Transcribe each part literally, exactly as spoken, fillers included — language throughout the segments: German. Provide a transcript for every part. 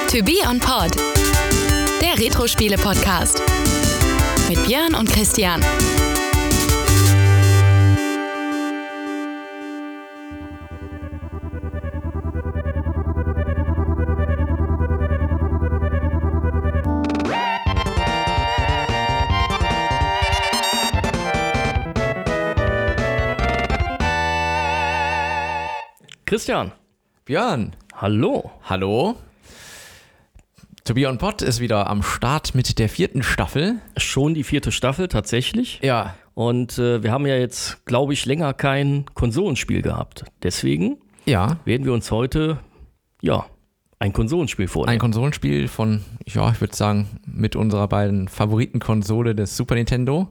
To Be On Pod, der Retro-Spiele-Podcast mit Björn und Christian. Christian. Björn. Hallo. Hallo. To Be On Pod ist wieder am Start mit der vierten Staffel. Schon die vierte Staffel, tatsächlich. Ja. Und äh, wir haben ja jetzt, glaube ich, länger kein Konsolenspiel gehabt. Deswegen ja. werden wir uns heute, ja, ein Konsolenspiel vornehmen. Ein Konsolenspiel von, ja, ich würde sagen, mit unserer beiden Favoritenkonsole des Super Nintendo.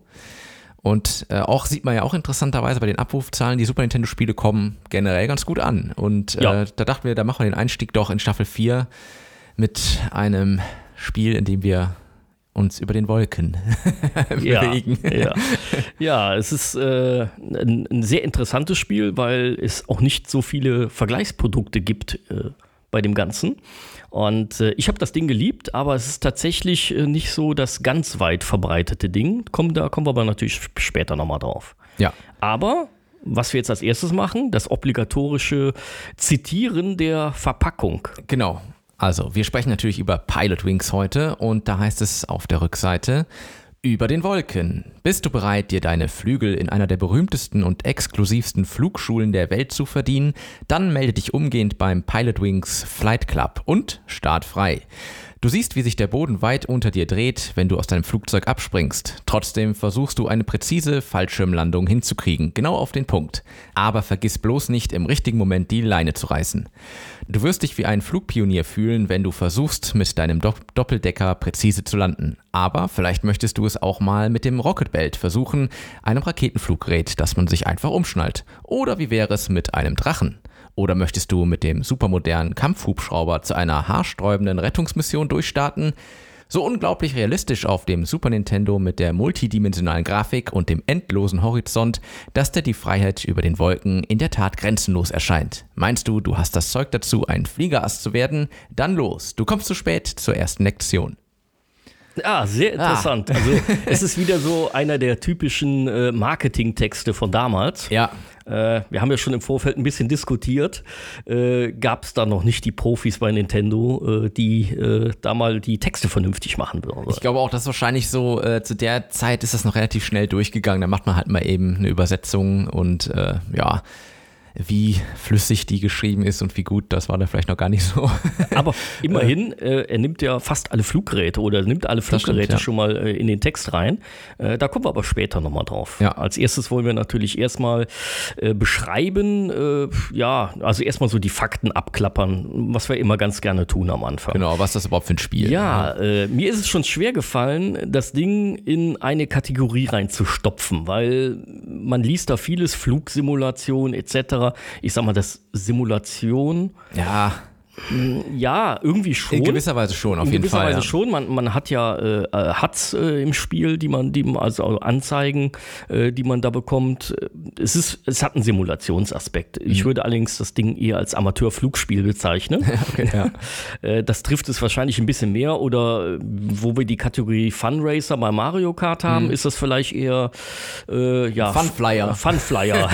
Und äh, auch sieht man ja auch interessanterweise bei den Abrufzahlen, die Super Nintendo-Spiele kommen generell ganz gut an. Und äh, ja. da dachten wir, da machen wir den Einstieg doch in Staffel vier mit einem Spiel, in dem wir uns über den Wolken bewegen. Ja, ja. ja, es ist äh, ein, ein sehr interessantes Spiel, weil es auch nicht so viele Vergleichsprodukte gibt äh, bei dem Ganzen. Und äh, ich habe das Ding geliebt, aber es ist tatsächlich äh, nicht so das ganz weit verbreitete Ding. Komm, da kommen wir aber natürlich später nochmal drauf. Ja. Aber was wir jetzt als erstes machen, das obligatorische Zitieren der Verpackung. Genau. Also, wir sprechen natürlich über Pilotwings heute und da heißt es auf der Rückseite: Über den Wolken. Bist du bereit, dir deine Flügel in einer der berühmtesten und exklusivsten Flugschulen der Welt zu verdienen? Dann melde dich umgehend beim Pilotwings Flight Club und start frei. Du siehst, wie sich der Boden weit unter dir dreht, wenn du aus deinem Flugzeug abspringst. Trotzdem versuchst du eine präzise Fallschirmlandung hinzukriegen, genau auf den Punkt. Aber vergiss bloß nicht, im richtigen Moment die Leine zu reißen. Du wirst dich wie ein Flugpionier fühlen, wenn du versuchst, mit deinem Do- Doppeldecker präzise zu landen. Aber vielleicht möchtest du es auch mal mit dem Rocket Belt versuchen, einem Raketenfluggerät, das man sich einfach umschnallt. Oder wie wäre es mit einem Drachen? Oder möchtest du mit dem supermodernen Kampfhubschrauber zu einer haarsträubenden Rettungsmission durchstarten? So unglaublich realistisch auf dem Super Nintendo mit der multidimensionalen Grafik und dem endlosen Horizont, dass dir die Freiheit über den Wolken in der Tat grenzenlos erscheint. Meinst du, du hast das Zeug dazu, ein Fliegerass zu werden? Dann los, du kommst zu spät zur ersten Lektion. Ah, sehr interessant. Ah. Also es ist wieder so einer der typischen äh, Marketingtexte von damals. Ja. Äh, wir haben ja schon im Vorfeld ein bisschen diskutiert. Äh, Gab es da noch nicht die Profis bei Nintendo, äh, die äh, da mal die Texte vernünftig machen würden? Ich glaube auch, dass wahrscheinlich so, äh, zu der Zeit ist das noch relativ schnell durchgegangen. Da macht man halt mal eben eine Übersetzung und äh, ja, wie flüssig die geschrieben ist und wie gut, das war da vielleicht noch gar nicht so. Aber immerhin, äh, er nimmt ja fast alle Fluggeräte oder nimmt alle Fluggeräte stimmt, ja. schon mal äh, in den Text rein. Äh, da kommen wir aber später nochmal drauf. Ja. Als erstes wollen wir natürlich erstmal äh, beschreiben, äh, ja, also erstmal so die Fakten abklappern, was wir immer ganz gerne tun am Anfang. Genau, was ist das überhaupt für ein Spiel? Ja, äh, mir ist es schon schwer gefallen, das Ding in eine Kategorie reinzustopfen, weil man liest da vieles, Flugsimulation et cetera. Ich sag mal, das Simulation. Ja. Ja, irgendwie schon. In gewisser Weise schon, auf in jeden Fall. In gewisser Weise ja. schon. Man, man hat ja äh, H U Ds äh, im Spiel, die man, die man, also Anzeigen, äh, die man da bekommt. Es ist, es hat einen Simulationsaspekt. Mhm. Ich würde allerdings das Ding eher als Amateurflugspiel bezeichnen. Okay, ja. äh, das trifft es wahrscheinlich ein bisschen mehr. Oder wo wir die Kategorie Fun Racer bei Mario Kart haben, mhm. ist das vielleicht eher äh, ja, Funflyer. Funflyer.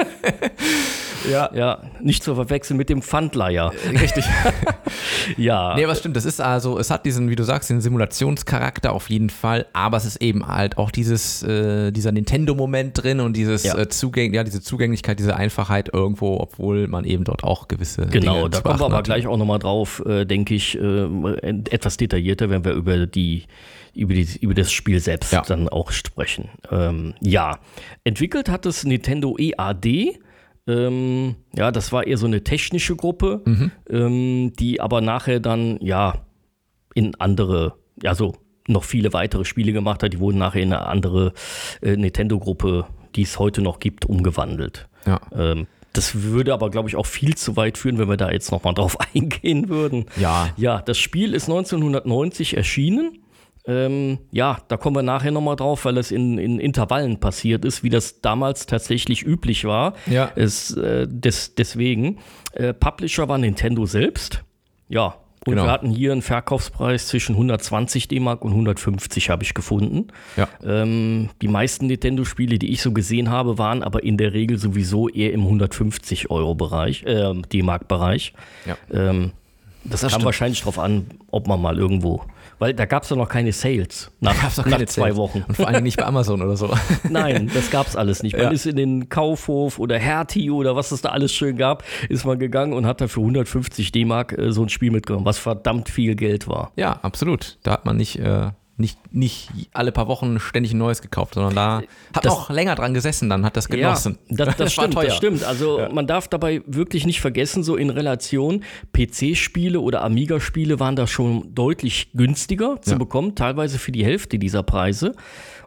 Ja, ja, nicht zu verwechseln mit dem Pfandleier. Richtig. Ja. Nee, aber stimmt, das ist also, es hat diesen, wie du sagst, den Simulationscharakter auf jeden Fall, aber es ist eben halt auch dieses, äh, dieser Nintendo-Moment drin und dieses ja. äh, Zugäng- ja, diese Zugänglichkeit, diese Einfachheit irgendwo, obwohl man eben dort auch gewisse Genau, Dinge da zu kommen wir aber hat. gleich auch nochmal drauf, äh, denke ich, äh, etwas detaillierter, wenn wir über die Über, die, über das Spiel selbst ja. dann auch sprechen. Ähm, ja, entwickelt hat es Nintendo E A D. Ähm, ja, das war eher so eine technische Gruppe, mhm. ähm, die aber nachher dann, ja, in andere, ja, so noch viele weitere Spiele gemacht hat. Die wurden nachher in eine andere äh, Nintendo-Gruppe, die es heute noch gibt, umgewandelt. Ja. Ähm, das würde aber, glaube ich, auch viel zu weit führen, wenn wir da jetzt nochmal drauf eingehen würden. Ja. Ja, das Spiel ist neunzehnhundertneunzig erschienen. Ähm, ja, da kommen wir nachher nochmal drauf, weil es in, in Intervallen passiert ist, wie das damals tatsächlich üblich war. Ja. Es, äh, des, deswegen. Äh, Publisher war Nintendo selbst. Ja, Und genau. wir hatten hier einen Verkaufspreis zwischen hundertzwanzig D-Mark und hundertfünfzig, habe ich gefunden. Ja. Ähm, die meisten Nintendo-Spiele, die ich so gesehen habe, waren aber in der Regel sowieso eher im hundertfünfzig Euro Bereich, äh, D-Mark-Bereich. Ja. Ähm, das, das kam stimmt. wahrscheinlich drauf an, ob man mal irgendwo, weil da gab es doch noch keine Sales nach, Gab's noch nach keine zwei Sales. Wochen. Und vor allem nicht bei Amazon oder so. Nein, das gab es alles nicht. Man Ja. ist in den Kaufhof oder Hertie oder was es da alles schön gab, ist man gegangen und hat da für hundertfünfzig D-Mark äh, so ein Spiel mitgenommen, was verdammt viel Geld war. Ja, absolut. Da hat man nicht, äh, nicht, nicht alle paar Wochen ständig ein neues gekauft, sondern da hat Das- man auch länger dran gesessen, dann hat das genossen. Ja, das, das, war stimmt, teuer. das stimmt. Also Ja. man darf dabei wirklich nicht vergessen, so in Relation, P C-Spiele oder Amiga-Spiele waren da schon deutlich günstiger zu Ja. bekommen, teilweise für die Hälfte dieser Preise.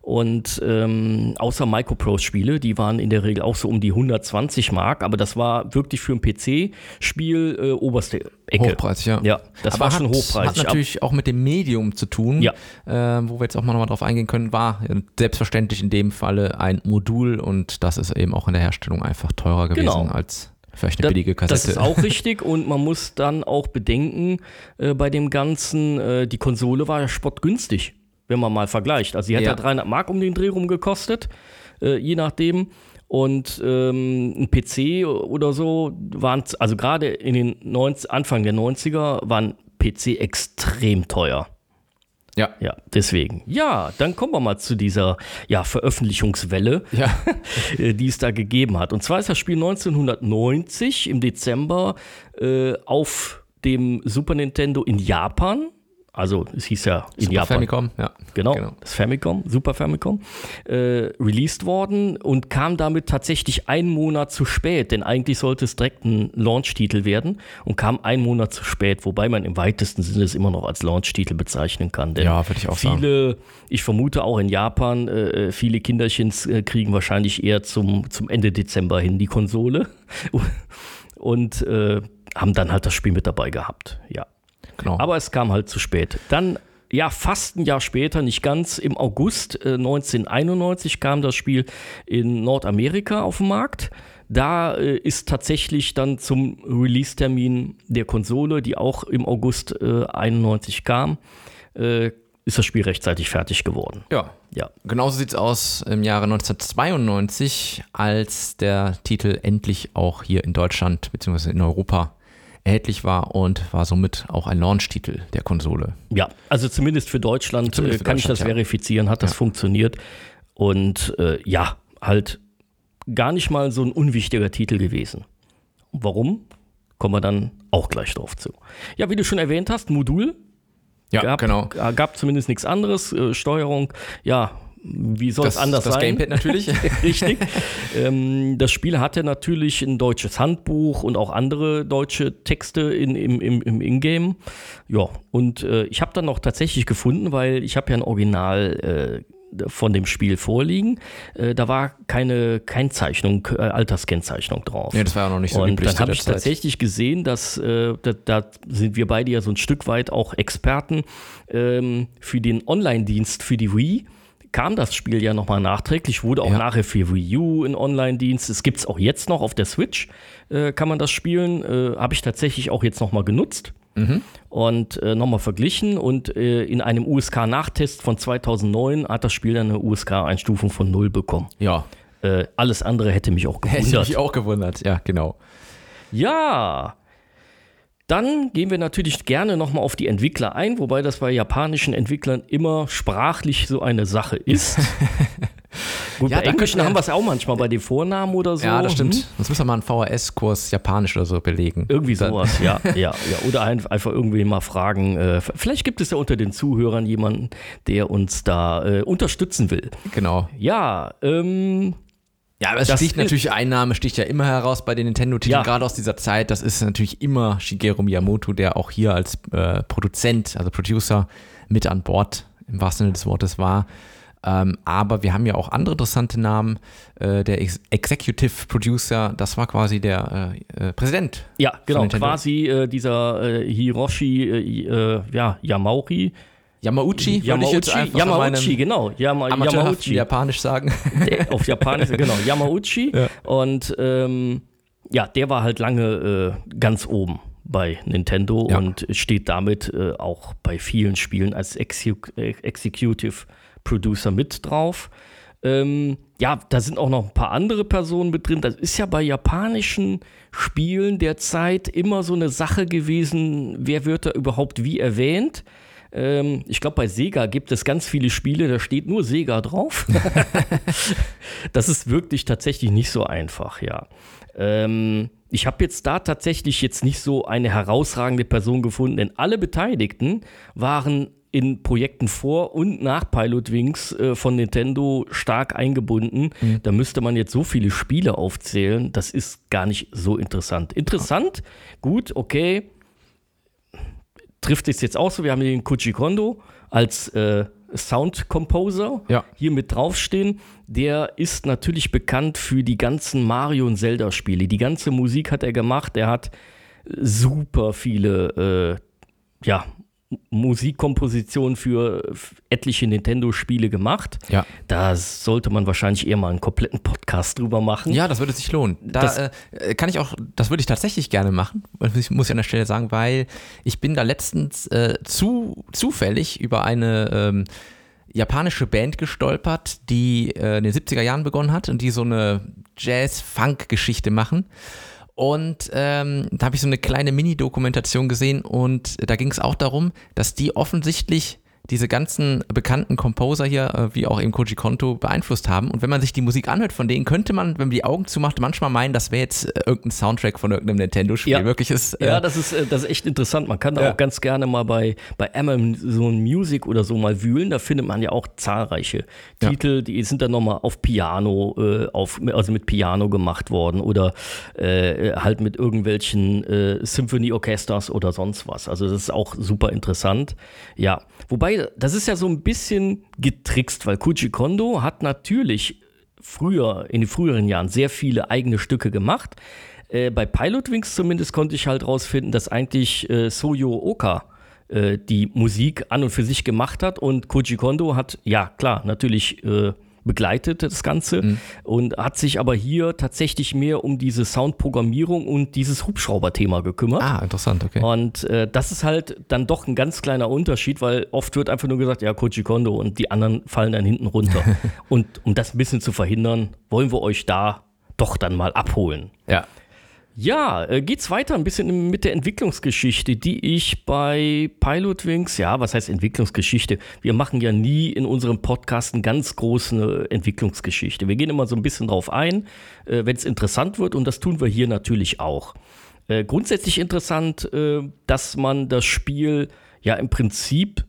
Und ähm, außer Microprose-Spiele, die waren in der Regel auch so um die hundertzwanzig Mark, aber das war wirklich für ein P C-Spiel äh, oberste Ecke. Hochpreisig, ja. Ja, das Aber war schon hat, hochpreisig. Hat natürlich auch mit dem Medium zu tun, Ja. äh, wo wir jetzt auch mal nochmal drauf eingehen können, war selbstverständlich in dem Falle ein Modul und das ist eben auch in der Herstellung einfach teurer gewesen Genau. als vielleicht eine Das- billige Kassette. Das ist auch richtig und man muss dann auch bedenken, äh, bei dem Ganzen, äh, die Konsole war ja spottgünstig, wenn man mal vergleicht. Also die hat ja, Ja. dreihundert Mark um den Dreh rum gekostet, äh, je nachdem. Und ähm, ein P C oder so waren, also gerade in den neunzig, Anfang der neunziger waren P C extrem teuer. Ja. Ja, deswegen. Ja, dann kommen wir mal zu dieser ja, Veröffentlichungswelle, Ja. äh, die es da gegeben hat. Und zwar ist das Spiel neunzehnhundertneunzig im Dezember äh, auf dem Super Nintendo in Japan, also es hieß ja in Super Japan, Famicom, ja. genau, genau. das Famicom, Super Famicom, äh, released worden und kam damit tatsächlich einen Monat zu spät, denn eigentlich sollte es direkt ein Launch-Titel werden und kam einen Monat zu spät, wobei man im weitesten Sinne es immer noch als Launch-Titel bezeichnen kann. Denn Ja, würde ich auch sagen. viele, ich vermute auch in Japan, äh, viele Kinderchens äh, kriegen wahrscheinlich eher zum, zum Ende Dezember hin die Konsole und äh, haben dann halt das Spiel mit dabei gehabt, ja. Genau. Aber es kam halt zu spät. Dann, ja, fast ein Jahr später, nicht ganz, im August äh, neunzehnhunderteinundneunzig kam das Spiel in Nordamerika auf den Markt. Da äh, ist tatsächlich dann zum Release-Termin der Konsole, die auch im August äh, einundneunzig kam, äh, ist das Spiel rechtzeitig fertig geworden. ja. Ja. Genauso sieht es aus im Jahre neunzehnhundertzweiundneunzig, als der Titel endlich auch hier in Deutschland bzw. in Europa erhältlich war und war somit auch ein Launch-Titel der Konsole. Ja, also zumindest für Deutschland Zumindest äh, für kann ich das Deutschland, ja. verifizieren, hat das Ja. funktioniert. Und äh, ja, halt gar nicht mal so ein unwichtiger Titel gewesen. Warum? Kommen wir dann auch gleich drauf zu. Ja, wie du schon erwähnt hast, Modul. Ja, gab, genau. Gab zumindest nichts anderes. Äh, Steuerung, ja, wie soll es Das, anders das sein? Gamepad natürlich. Richtig. ähm, das Spiel hatte natürlich ein deutsches Handbuch und auch andere deutsche Texte in, im, im, im Ingame. Ja, und äh, ich habe dann noch tatsächlich gefunden, weil ich habe ja ein Original äh, von dem Spiel vorliegen. Äh, da war keine Kennzeichnung, äh, Alterskennzeichnung drauf. Ja, das war ja noch nicht so Und üblich dann zu habe der ich Zeit. tatsächlich gesehen, dass äh, da, da sind wir beide ja so ein Stück weit auch Experten ähm, für den Online-Dienst für die Wii. Kam das Spiel ja nochmal nachträglich, wurde auch Ja. nachher für Wii U ein Online-Dienst. Es gibt es auch jetzt noch auf der Switch, äh, kann man das spielen. Äh, Habe ich tatsächlich auch jetzt nochmal genutzt Mhm. und äh, nochmal verglichen. Und äh, in einem U S K-Nachtest von zweitausendneun hat das Spiel dann eine U S K-Einstufung von null bekommen. Ja, Äh, alles andere hätte mich auch hätte gewundert. mich auch gewundert. Ja, genau. Ja, dann gehen wir natürlich gerne nochmal auf die Entwickler ein, wobei das bei japanischen Entwicklern immer sprachlich so eine Sache ist. Gut, Ja, bei da Englischen könnten wir- haben wir es auch manchmal bei den Vornamen oder so. Ja, das stimmt. Hm? Sonst müssen wir mal einen V H S-Kurs Japanisch oder so belegen. Irgendwie Dann- sowas, ja, ja, ja. Oder ein, einfach irgendwie mal fragen. Äh, vielleicht gibt es ja unter den Zuhörern jemanden, der uns da äh, unterstützen will. Genau. Ja, ähm, Ja, aber es Das sticht ist- natürlich, ein Name sticht ja immer heraus bei den Nintendo-Titeln, Ja. gerade aus dieser Zeit. Das ist natürlich immer Shigeru Miyamoto, der auch hier als äh, Produzent, also Producer, mit an Bord im wahrsten Sinne des Wortes war. Ähm, aber wir haben ja auch andere interessante Namen. Äh, der Ex Executive Producer, das war quasi der äh, äh, Präsident. ja, von genau, Nintendo. quasi äh, dieser äh, Hiroshi äh, äh, ja, Yamauchi. Yamauchi, würde ich jetzt Yamauchi, einfach Yamauchi, in meinem genau. Yama, amateurhaften Yamauchi. Japanisch sagen. Der, auf Japanisch, genau, Yamauchi. Ja. Und ähm, ja, der war halt lange äh, ganz oben bei Nintendo ja. und steht damit äh, auch bei vielen Spielen als Exec- Executive Producer mit drauf. Ähm, ja, da sind auch noch ein paar andere Personen mit drin. Das ist ja bei japanischen Spielen derzeit immer so eine Sache gewesen, wer wird da überhaupt wie erwähnt. Ähm, ich glaube, bei Sega gibt es ganz viele Spiele, da steht nur Sega drauf. Das ist wirklich tatsächlich nicht so einfach, ja. Ähm, ich habe jetzt da tatsächlich jetzt nicht so eine herausragende Person gefunden, denn alle Beteiligten waren in Projekten vor und nach Pilotwings äh, von Nintendo stark eingebunden. Mhm. Da müsste man jetzt so viele Spiele aufzählen, das ist gar nicht so interessant. Interessant, gut, okay, trifft es jetzt auch so, wir haben den Koji Kondo als äh, Sound Composer ja. hier mit draufstehen. Der ist natürlich bekannt für die ganzen Mario- und Zelda-Spiele. Die ganze Musik hat er gemacht. Er hat super viele äh, ja, Musikkompositionen für etliche Nintendo-Spiele gemacht. Ja. Da sollte man wahrscheinlich eher mal einen kompletten Podcast drüber machen. Ja, das würde sich lohnen. Da das, äh, kann ich auch, das würde ich tatsächlich gerne machen, muss ich an der Stelle sagen, weil ich bin da letztens äh, zu zufällig über eine ähm, japanische Band gestolpert, die äh, in den siebziger Jahren begonnen hat und die so eine Jazz-Funk-Geschichte machen. Und ähm, da habe ich so eine kleine Mini-Dokumentation gesehen und da ging es auch darum, dass die offensichtlich diese ganzen bekannten Composer hier, äh, wie auch eben Koji Kondo, beeinflusst haben. Und wenn man sich die Musik anhört von denen, könnte man, wenn man die Augen zumacht, manchmal meinen, das wäre jetzt äh, irgendein Soundtrack von irgendeinem Nintendo-Spiel. Ja. Wirklich ist, äh, ja, das ist, äh, das ist echt interessant. Man kann da ja. auch ganz gerne mal bei, bei Amazon Music oder so mal wühlen. Da findet man ja auch zahlreiche ja. Titel, die sind dann nochmal auf Piano, äh, auf, also mit Piano gemacht worden oder äh, halt mit irgendwelchen äh, Symphony-Orchesters oder sonst was. Also das ist auch super interessant. Ja, wobei das ist ja so ein bisschen getrickst, weil Koji Kondo hat natürlich früher, in den früheren Jahren sehr viele eigene Stücke gemacht. Äh, bei Pilotwings zumindest konnte ich halt rausfinden, dass eigentlich äh, Soyo Oka äh, die Musik an und für sich gemacht hat und Koji Kondo hat, ja klar, natürlich äh, begleitet das Ganze mhm. und hat sich aber hier tatsächlich mehr um diese Soundprogrammierung und dieses Hubschrauber-Thema gekümmert. Ah, interessant, okay. Und äh, das ist halt dann doch ein ganz kleiner Unterschied, weil oft wird einfach nur gesagt, ja, Koji Kondo und die anderen fallen dann hinten runter. Und um das ein bisschen zu verhindern, wollen wir euch da doch dann mal abholen. Ja. Ja, äh, geht's weiter ein bisschen mit der Entwicklungsgeschichte, die ich bei Pilotwings, ja, was heißt Entwicklungsgeschichte? Wir machen ja nie in unserem Podcast eine ganz große Entwicklungsgeschichte. Wir gehen immer so ein bisschen drauf ein, äh, wenn es interessant wird und das tun wir hier natürlich auch. Äh, grundsätzlich interessant, äh, dass man das Spiel ja im Prinzip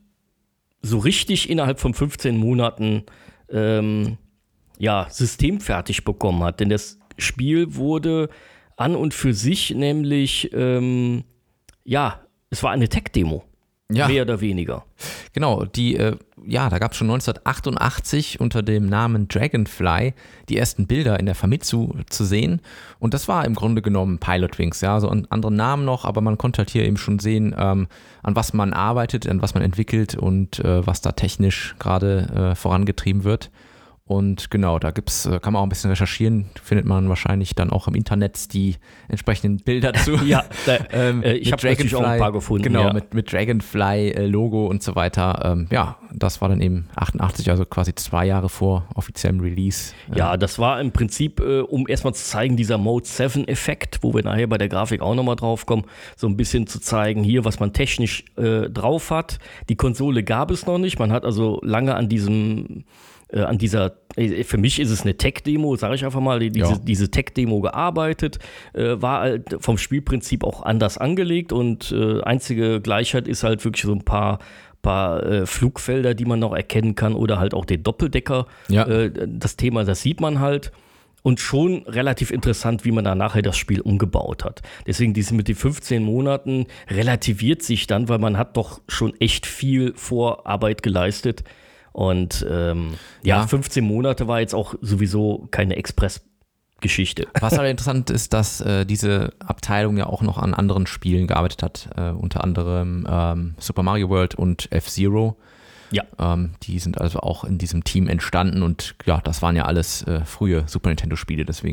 so richtig innerhalb von fünfzehn Monaten ähm, ja, systemfertig bekommen hat. Denn das Spiel wurde an und für sich nämlich, ähm, ja, es war eine Tech-Demo, ja. Mehr oder weniger. Genau, die, äh, ja, da gab es schon neunzehnhundertachtundachtzig unter dem Namen Dragonfly die ersten Bilder in der Famitsu zu sehen und das war im Grunde genommen Pilotwings, ja, so einen anderen Namen noch, aber man konnte halt hier eben schon sehen, ähm, an was man arbeitet, an was man entwickelt und äh, was da technisch gerade äh, vorangetrieben wird. Und genau, da gibt's, kann man auch ein bisschen recherchieren, findet man wahrscheinlich dann auch im Internet die entsprechenden Bilder zu. Ja, da, ähm, äh, ich habe natürlich auch ein paar gefunden. Genau, ja. mit, mit Dragonfly-Logo und so weiter. Ähm, ja, das war dann eben achtundachtzig, also quasi zwei Jahre vor offiziellem Release. Ja, das war im Prinzip, äh, um erstmal zu zeigen, dieser Mode sieben Effekt, wo wir nachher bei der Grafik auch nochmal drauf kommen, so ein bisschen zu zeigen, hier, was man technisch äh, drauf hat. Die Konsole gab es noch nicht, man hat also lange an diesem Äh, an dieser, äh, für mich ist es eine Tech-Demo, sage ich einfach mal, die, diese, ja. diese Tech-Demo gearbeitet, äh, war halt vom Spielprinzip auch anders angelegt und äh, einzige Gleichheit ist halt wirklich so ein paar, paar äh, Flugfelder, die man noch erkennen kann oder halt auch den Doppeldecker. Ja. Äh, das Thema, das sieht man halt. Und schon relativ interessant, wie man da nachher das Spiel umgebaut hat. Deswegen diese mit den fünfzehn Monaten relativiert sich dann, weil man hat doch schon echt viel Vorarbeit geleistet. Und ähm, ja, ja, fünfzehn Monate war jetzt auch sowieso keine Express-Geschichte. Was aber interessant ist, dass äh, diese Abteilung ja auch noch an anderen Spielen gearbeitet hat, äh, unter anderem ähm, Super Mario World und F-Zero. Ja. Ähm, die sind also auch in diesem Team entstanden und ja, das waren ja alles äh, frühe Super Nintendo-Spiele, deswegen.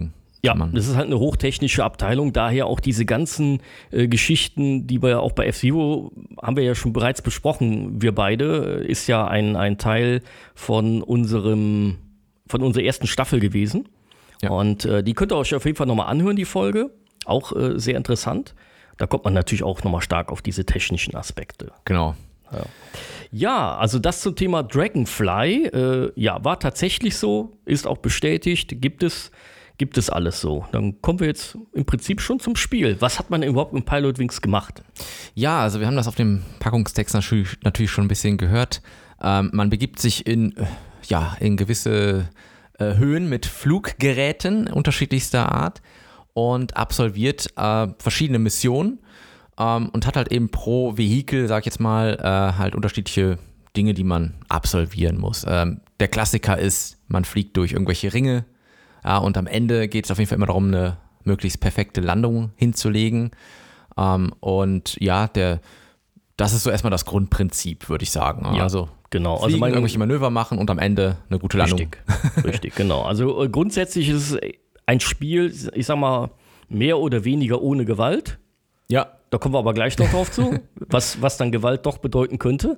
Ja, das ist halt eine hochtechnische Abteilung, daher auch diese ganzen äh, Geschichten, die wir ja auch bei F-Zero, haben wir ja schon bereits besprochen, wir beide, ist ja ein, ein Teil von unserem, von unserer ersten Staffel gewesen. Ja. Und äh, die könnt ihr euch auf jeden Fall nochmal anhören, die Folge, auch äh, sehr interessant. Da kommt man natürlich auch nochmal stark auf diese technischen Aspekte. Genau. Ja. Ja, also das zum Thema Dragonfly, äh, ja, war tatsächlich so, ist auch bestätigt, gibt es, gibt es alles so. Dann kommen wir jetzt im Prinzip schon zum Spiel. Was hat man überhaupt mit Pilotwings gemacht? Ja, also wir haben das auf dem Packungstext natürlich, natürlich schon ein bisschen gehört. Ähm, man begibt sich in, ja, in gewisse äh, Höhen mit Fluggeräten unterschiedlichster Art und absolviert äh, verschiedene Missionen. Um, und hat halt eben pro Vehikel, sag ich jetzt mal, äh, halt unterschiedliche Dinge, die man absolvieren muss. Ähm, der Klassiker ist, man fliegt durch irgendwelche Ringe, ja, und am Ende geht es auf jeden Fall immer darum, eine möglichst perfekte Landung hinzulegen. Um, und ja, der, das ist so erstmal das Grundprinzip, würde ich sagen. Ja, also genau. Fliegen, also man, irgendwelche Manöver machen und am Ende eine gute Landung. Richtig, richtig, genau. Also äh, grundsätzlich ist es ein Spiel, ich sag mal, mehr oder weniger ohne Gewalt. Ja. Da kommen wir aber gleich noch drauf zu, was, was dann Gewalt doch bedeuten könnte.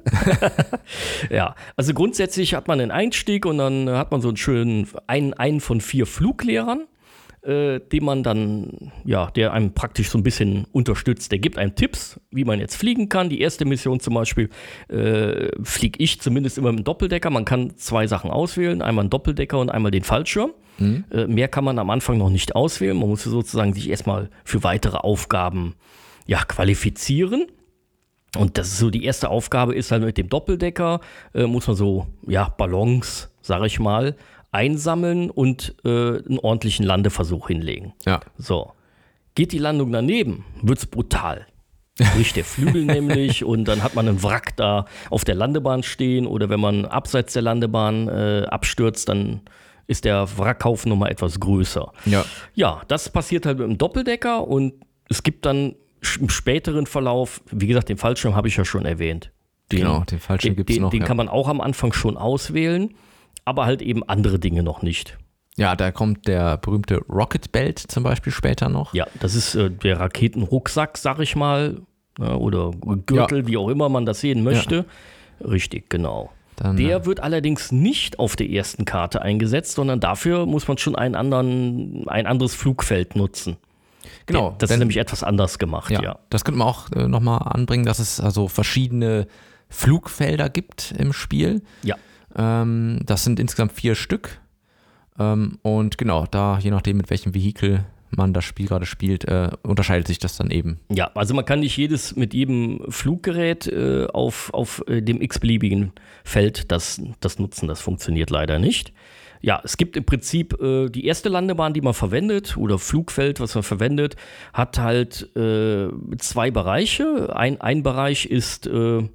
Ja, also grundsätzlich hat man einen Einstieg und dann hat man so einen schönen, einen, einen von vier Fluglehrern, äh, den man dann, ja, der einem praktisch so ein bisschen unterstützt. Der gibt einem Tipps, wie man jetzt fliegen kann. Die erste Mission zum Beispiel äh, fliege ich zumindest immer mit einem Doppeldecker. Man kann zwei Sachen auswählen, einmal einen Doppeldecker und einmal den Fallschirm. Mhm. Äh, mehr kann man am Anfang noch nicht auswählen. Man muss sozusagen sich erstmal für weitere Aufgaben ja, qualifizieren. Und das ist so, die erste Aufgabe ist halt mit dem Doppeldecker, äh, muss man so, ja, Ballons, sag ich mal, einsammeln und äh, einen ordentlichen Landeversuch hinlegen. Ja. So. Geht die Landung daneben, wird's brutal. Bricht der Flügel nämlich und dann hat man einen Wrack da auf der Landebahn stehen oder wenn man abseits der Landebahn äh, abstürzt, dann ist der Wrackhaufen nochmal etwas größer. Ja. Ja, das passiert halt mit dem Doppeldecker und es gibt dann im späteren Verlauf, wie gesagt, den Fallschirm habe ich ja schon erwähnt. Den, genau, den Fallschirm gibt es noch. Den ja. kann man auch am Anfang schon auswählen, aber halt eben andere Dinge noch nicht. Ja, da kommt der berühmte Rocket Belt zum Beispiel später noch. Ja, das ist äh, der Raketenrucksack, sag ich mal, ja, oder Gürtel, ja. wie auch immer man das sehen möchte. Ja. Richtig, genau. Dann, der wird allerdings nicht auf der ersten Karte eingesetzt, sondern dafür muss man schon einen anderen, ein anderes Flugfeld nutzen. Genau. Das denn, ist nämlich etwas anders gemacht, ja. ja. Das könnte man auch äh, nochmal anbringen, dass es also verschiedene Flugfelder gibt im Spiel. Ja. Ähm, das sind insgesamt vier Stück. Ähm, und genau, da je nachdem, mit welchem Vehikel man das Spiel gerade spielt, äh, unterscheidet sich das dann eben. Ja, also man kann nicht jedes mit jedem Fluggerät äh, auf, auf äh, dem x-beliebigen Feld das, das nutzen. Das funktioniert leider nicht. Ja, es gibt im Prinzip äh, die erste Landebahn, die man verwendet, oder Flugfeld, was man verwendet, hat halt äh, zwei Bereiche. Ein, ein Bereich ist äh,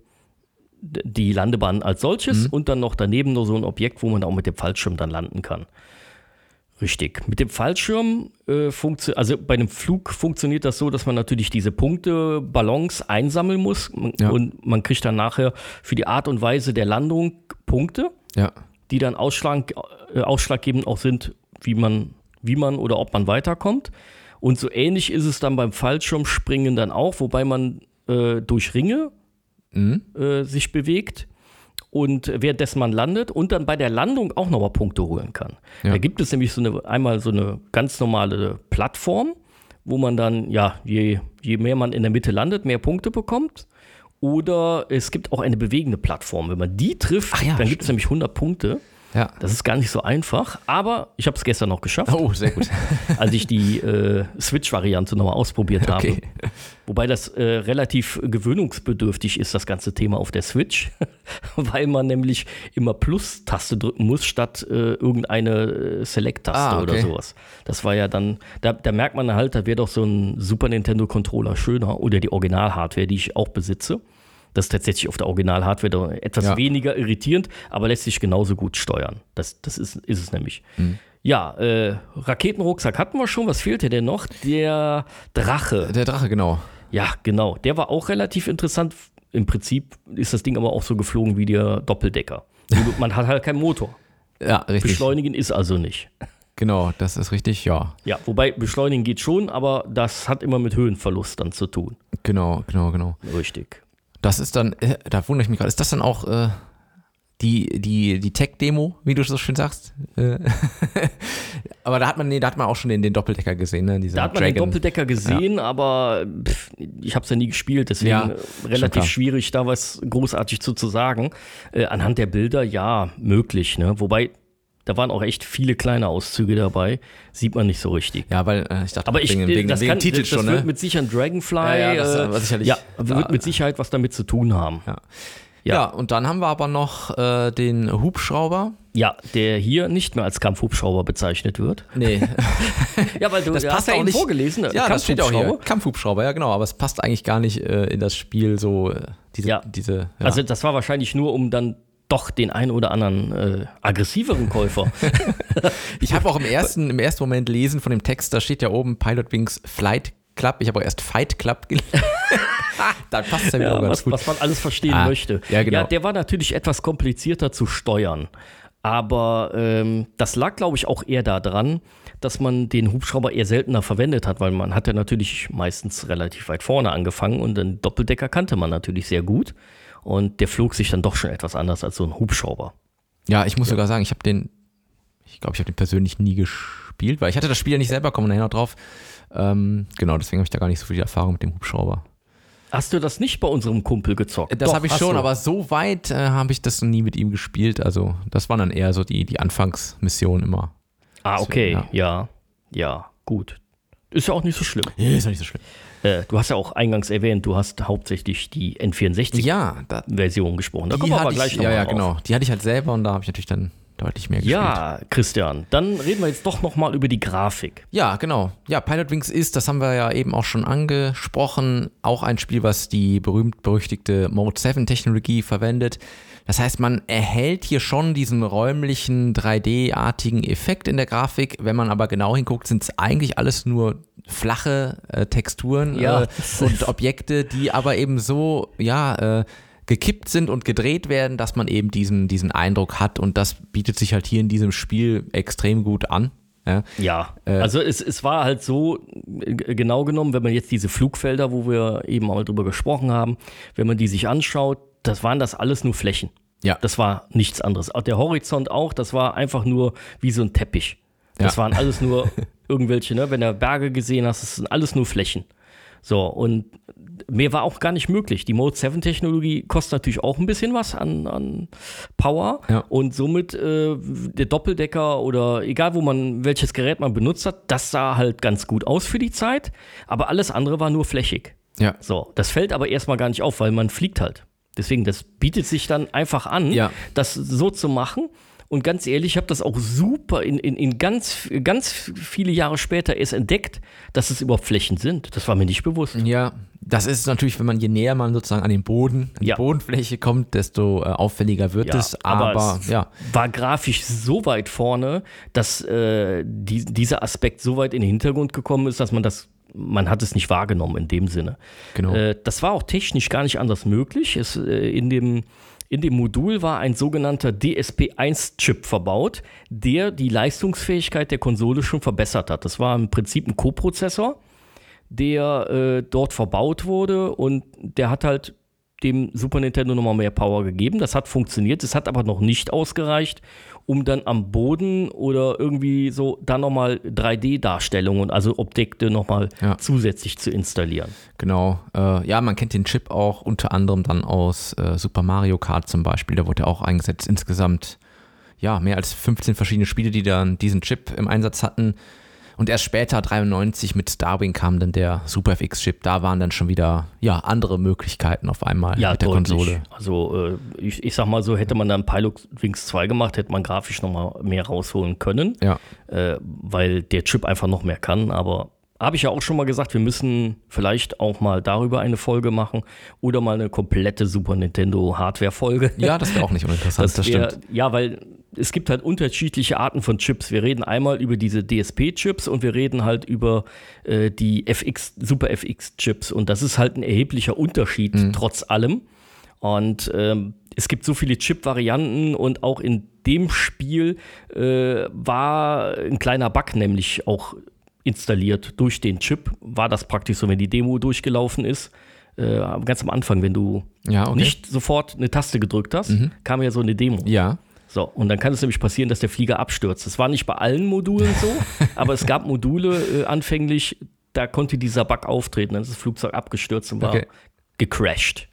die Landebahn als solches mhm. und dann noch daneben nur so ein Objekt, wo man auch mit dem Fallschirm dann landen kann. Richtig. Mit dem Fallschirm, äh, funktio- also bei einem Flug funktioniert das so, dass man natürlich diese Punkte, Ballons einsammeln muss ja. und man kriegt dann nachher für die Art und Weise der Landung Punkte. Ja. Die dann ausschlag, äh, ausschlaggebend auch sind, wie man, wie man oder ob man weiterkommt. Und so ähnlich ist es dann beim Fallschirmspringen dann auch, wobei man äh, durch Ringe mhm. äh, sich bewegt und währenddessen man landet und dann bei der Landung auch nochmal Punkte holen kann. Ja. Da gibt es nämlich so eine, einmal so eine ganz normale Plattform, wo man dann, ja, je, je mehr man in der Mitte landet, mehr Punkte bekommt. Oder es gibt auch eine bewegende Plattform. Wenn man die trifft, ja, dann gibt es nämlich hundert Punkte. Ja. Das ist gar nicht so einfach, aber ich habe es gestern noch geschafft. Oh, sehr gut. Als ich die äh, Switch-Variante nochmal ausprobiert habe. Okay. Wobei das äh, relativ gewöhnungsbedürftig ist, das ganze Thema auf der Switch, weil man nämlich immer Plus-Taste drücken muss, statt äh, irgendeine Select-Taste ah, okay. oder sowas. Das war ja dann, da, da merkt man halt, da wäre doch so ein Super Nintendo-Controller schöner oder die Original-Hardware, die ich auch besitze. Das ist tatsächlich auf der Original-Hardware etwas ja. weniger irritierend, aber lässt sich genauso gut steuern. Das, das ist, ist es nämlich. Mhm. Ja, äh, Raketenrucksack hatten wir schon. Was fehlte denn noch? Der Drache. Der Drache, genau. Ja, genau. Der war auch relativ interessant. Im Prinzip ist das Ding aber auch so geflogen wie der Doppeldecker. Man hat halt keinen Motor. Ja, richtig. Beschleunigen ist also nicht. Genau, das ist richtig, ja. Ja, wobei beschleunigen geht schon, aber das hat immer mit Höhenverlust dann zu tun. Genau, genau, genau. Richtig. Das ist dann, äh, da wundere ich mich gerade, ist das dann auch äh, die, die, die Tech-Demo, wie du so schön sagst? Äh, aber da hat man, nee, da hat man auch schon den, den Doppeldecker gesehen, ne? Da hat man Dragon. den Doppeldecker gesehen, ja. aber pff, ich habe es ja nie gespielt, deswegen ja, relativ schwierig, da was großartig zu, zu sagen. Äh, anhand der Bilder, ja, möglich, ne? Wobei, da waren auch echt viele kleine Auszüge dabei, sieht man nicht so richtig. Ja, weil äh, ich dachte, aber ich, wegen, wegen, das wegen kann, Titel das schon, wird ne? mit Sicherheit Dragonfly, ja, ja, das, äh, sicherlich, ja, wird mit Sicherheit was damit zu tun haben. Ja. Ja. ja, und dann haben wir aber noch äh, den Hubschrauber. Ja, der hier nicht mehr als Kampfhubschrauber bezeichnet wird. Nee. ja, weil du das hast ja auch eben nicht vorgelesen. Ja, das steht auch hier. Kampfhubschrauber, ja genau, aber es passt eigentlich gar nicht äh, in das Spiel so, äh, diese, ja. diese ja. Also das war wahrscheinlich nur, um dann doch den einen oder anderen äh, aggressiveren Käufer. Ich habe auch im ersten, im ersten Moment lesen von dem Text, da steht ja oben Pilotwings Flight Club. Ich habe auch erst Fight Club gelesen. Da passt es ja wieder ja, ganz was, gut. Was man alles verstehen ah, möchte. Ja, genau. Ja, der war natürlich etwas komplizierter zu steuern. Aber ähm, das lag, glaube ich, auch eher daran, dass man den Hubschrauber eher seltener verwendet hat, weil man hat ja natürlich meistens relativ weit vorne angefangen und den Doppeldecker kannte man natürlich sehr gut. Und der flog sich dann doch schon etwas anders als so ein Hubschrauber. Ja, ich muss ja. sogar sagen, ich habe den, ich glaube, ich habe den persönlich nie gespielt, weil ich hatte das Spiel ja nicht selber, kommen wir nachher noch drauf. Ähm, genau, deswegen habe ich da gar nicht so viel Erfahrung mit dem Hubschrauber. Hast du das nicht bei unserem Kumpel gezockt? Das habe ich schon, du. aber so weit äh, habe ich das nie mit ihm gespielt. Also das waren dann eher so die, die Anfangsmissionen immer. Ah, okay, Deswegen, ja. ja, ja, gut. Ist ja auch nicht so schlimm. Ja, ist ja nicht so schlimm. Äh, du hast ja auch eingangs erwähnt, du hast hauptsächlich die N vierundsechzig-Version ja, gesprochen. Da kommen wir aber gleich noch Ja, ja, drauf. genau. Die hatte ich halt selber und da habe ich natürlich dann deutlich mehr gespielt. Ja, Christian, dann reden wir jetzt doch noch mal über die Grafik. Ja, genau. Ja, Pilotwings ist, das haben wir ja eben auch schon angesprochen, auch ein Spiel, was die berühmt-berüchtigte Mode sieben Technologie verwendet. Das heißt, man erhält hier schon diesen räumlichen drei D-artigen Effekt in der Grafik. Wenn man aber genau hinguckt, sind es eigentlich alles nur flache äh, Texturen ja. äh, und Objekte, die aber eben so, ja, äh, gekippt sind und gedreht werden, dass man eben diesen, diesen Eindruck hat und das bietet sich halt hier in diesem Spiel extrem gut an. Ja, ja. Äh, also es, es war halt so, genau genommen, wenn man jetzt diese Flugfelder, wo wir eben mal drüber gesprochen haben, wenn man die sich anschaut, das waren das alles nur Flächen. Ja. Das war nichts anderes. Der Horizont auch, das war einfach nur wie so ein Teppich. Das ja. waren alles nur irgendwelche, ne? Wenn du Berge gesehen hast, das sind alles nur Flächen. So, und mehr war auch gar nicht möglich. Die Mode sieben Technologie kostet natürlich auch ein bisschen was an, an Power. Ja. Und somit äh, der Doppeldecker oder egal, wo man, welches Gerät man benutzt hat, das sah halt ganz gut aus für die Zeit. Aber alles andere war nur flächig. Ja. So, das fällt aber erstmal gar nicht auf, weil man fliegt halt. Deswegen, das bietet sich dann einfach an, ja. das so zu machen. Und ganz ehrlich, ich habe das auch super in, in, in ganz, ganz viele Jahre später erst entdeckt, dass es überhaupt Flächen sind. Das war mir nicht bewusst. Ja, das ist natürlich, wenn man je näher man sozusagen an den Boden, an ja. die Bodenfläche kommt, desto äh, auffälliger wird ja, es. Aber, aber es ja. war grafisch so weit vorne, dass äh, die, dieser Aspekt so weit in den Hintergrund gekommen ist, dass man das man hat es nicht wahrgenommen in dem Sinne. Genau. Äh, das war auch technisch gar nicht anders möglich. Es, äh, in dem In dem Modul war ein sogenannter D S P eins Chip verbaut, der die Leistungsfähigkeit der Konsole schon verbessert hat. Das war im Prinzip ein Coprozessor, der äh, dort verbaut wurde und der hat halt dem Super Nintendo nochmal mehr Power gegeben. Das hat funktioniert, es hat aber noch nicht ausgereicht, um dann am Boden oder irgendwie so da nochmal drei D-Darstellungen, also Objekte nochmal ja. zusätzlich zu installieren. Genau. Äh, ja, man kennt den Chip auch unter anderem dann aus äh, Super Mario Kart zum Beispiel. Da wurde er auch eingesetzt. Insgesamt ja, mehr als fünfzehn verschiedene Spiele, die dann diesen Chip im Einsatz hatten. Und erst später, dreiundneunzig, mit Darwin kam dann der Super F X-Chip. Da waren dann schon wieder ja, andere Möglichkeiten auf einmal ja, mit der deutlich. Konsole. Also äh, ich, ich sag mal so, hätte man dann Pilotwings zwei gemacht, hätte man grafisch nochmal mehr rausholen können, ja. äh, weil der Chip einfach noch mehr kann. Aber habe ich ja auch schon mal gesagt, wir müssen vielleicht auch mal darüber eine Folge machen oder mal eine komplette Super Nintendo Hardware-Folge. Ja, das wäre auch nicht uninteressant, das, das wär, stimmt. Ja, weil es gibt halt unterschiedliche Arten von Chips. Wir reden einmal über diese D S P-Chips und wir reden halt über äh, die F X, Super F X-Chips. Und das ist halt ein erheblicher Unterschied, mhm. trotz allem. Und ähm, es gibt so viele Chip-Varianten und auch in dem Spiel äh, war ein kleiner Bug nämlich auch installiert durch den Chip. War das praktisch so, wenn die Demo durchgelaufen ist, äh, ganz am Anfang, wenn du ja, okay. nicht sofort eine Taste gedrückt hast, mhm. kam ja so eine Demo. Ja. So, und dann kann es nämlich passieren, dass der Flieger abstürzt. Das war nicht bei allen Modulen so, aber es gab Module äh, anfänglich, da konnte dieser Bug auftreten. Dann ist das Flugzeug abgestürzt und war okay. gecrashed.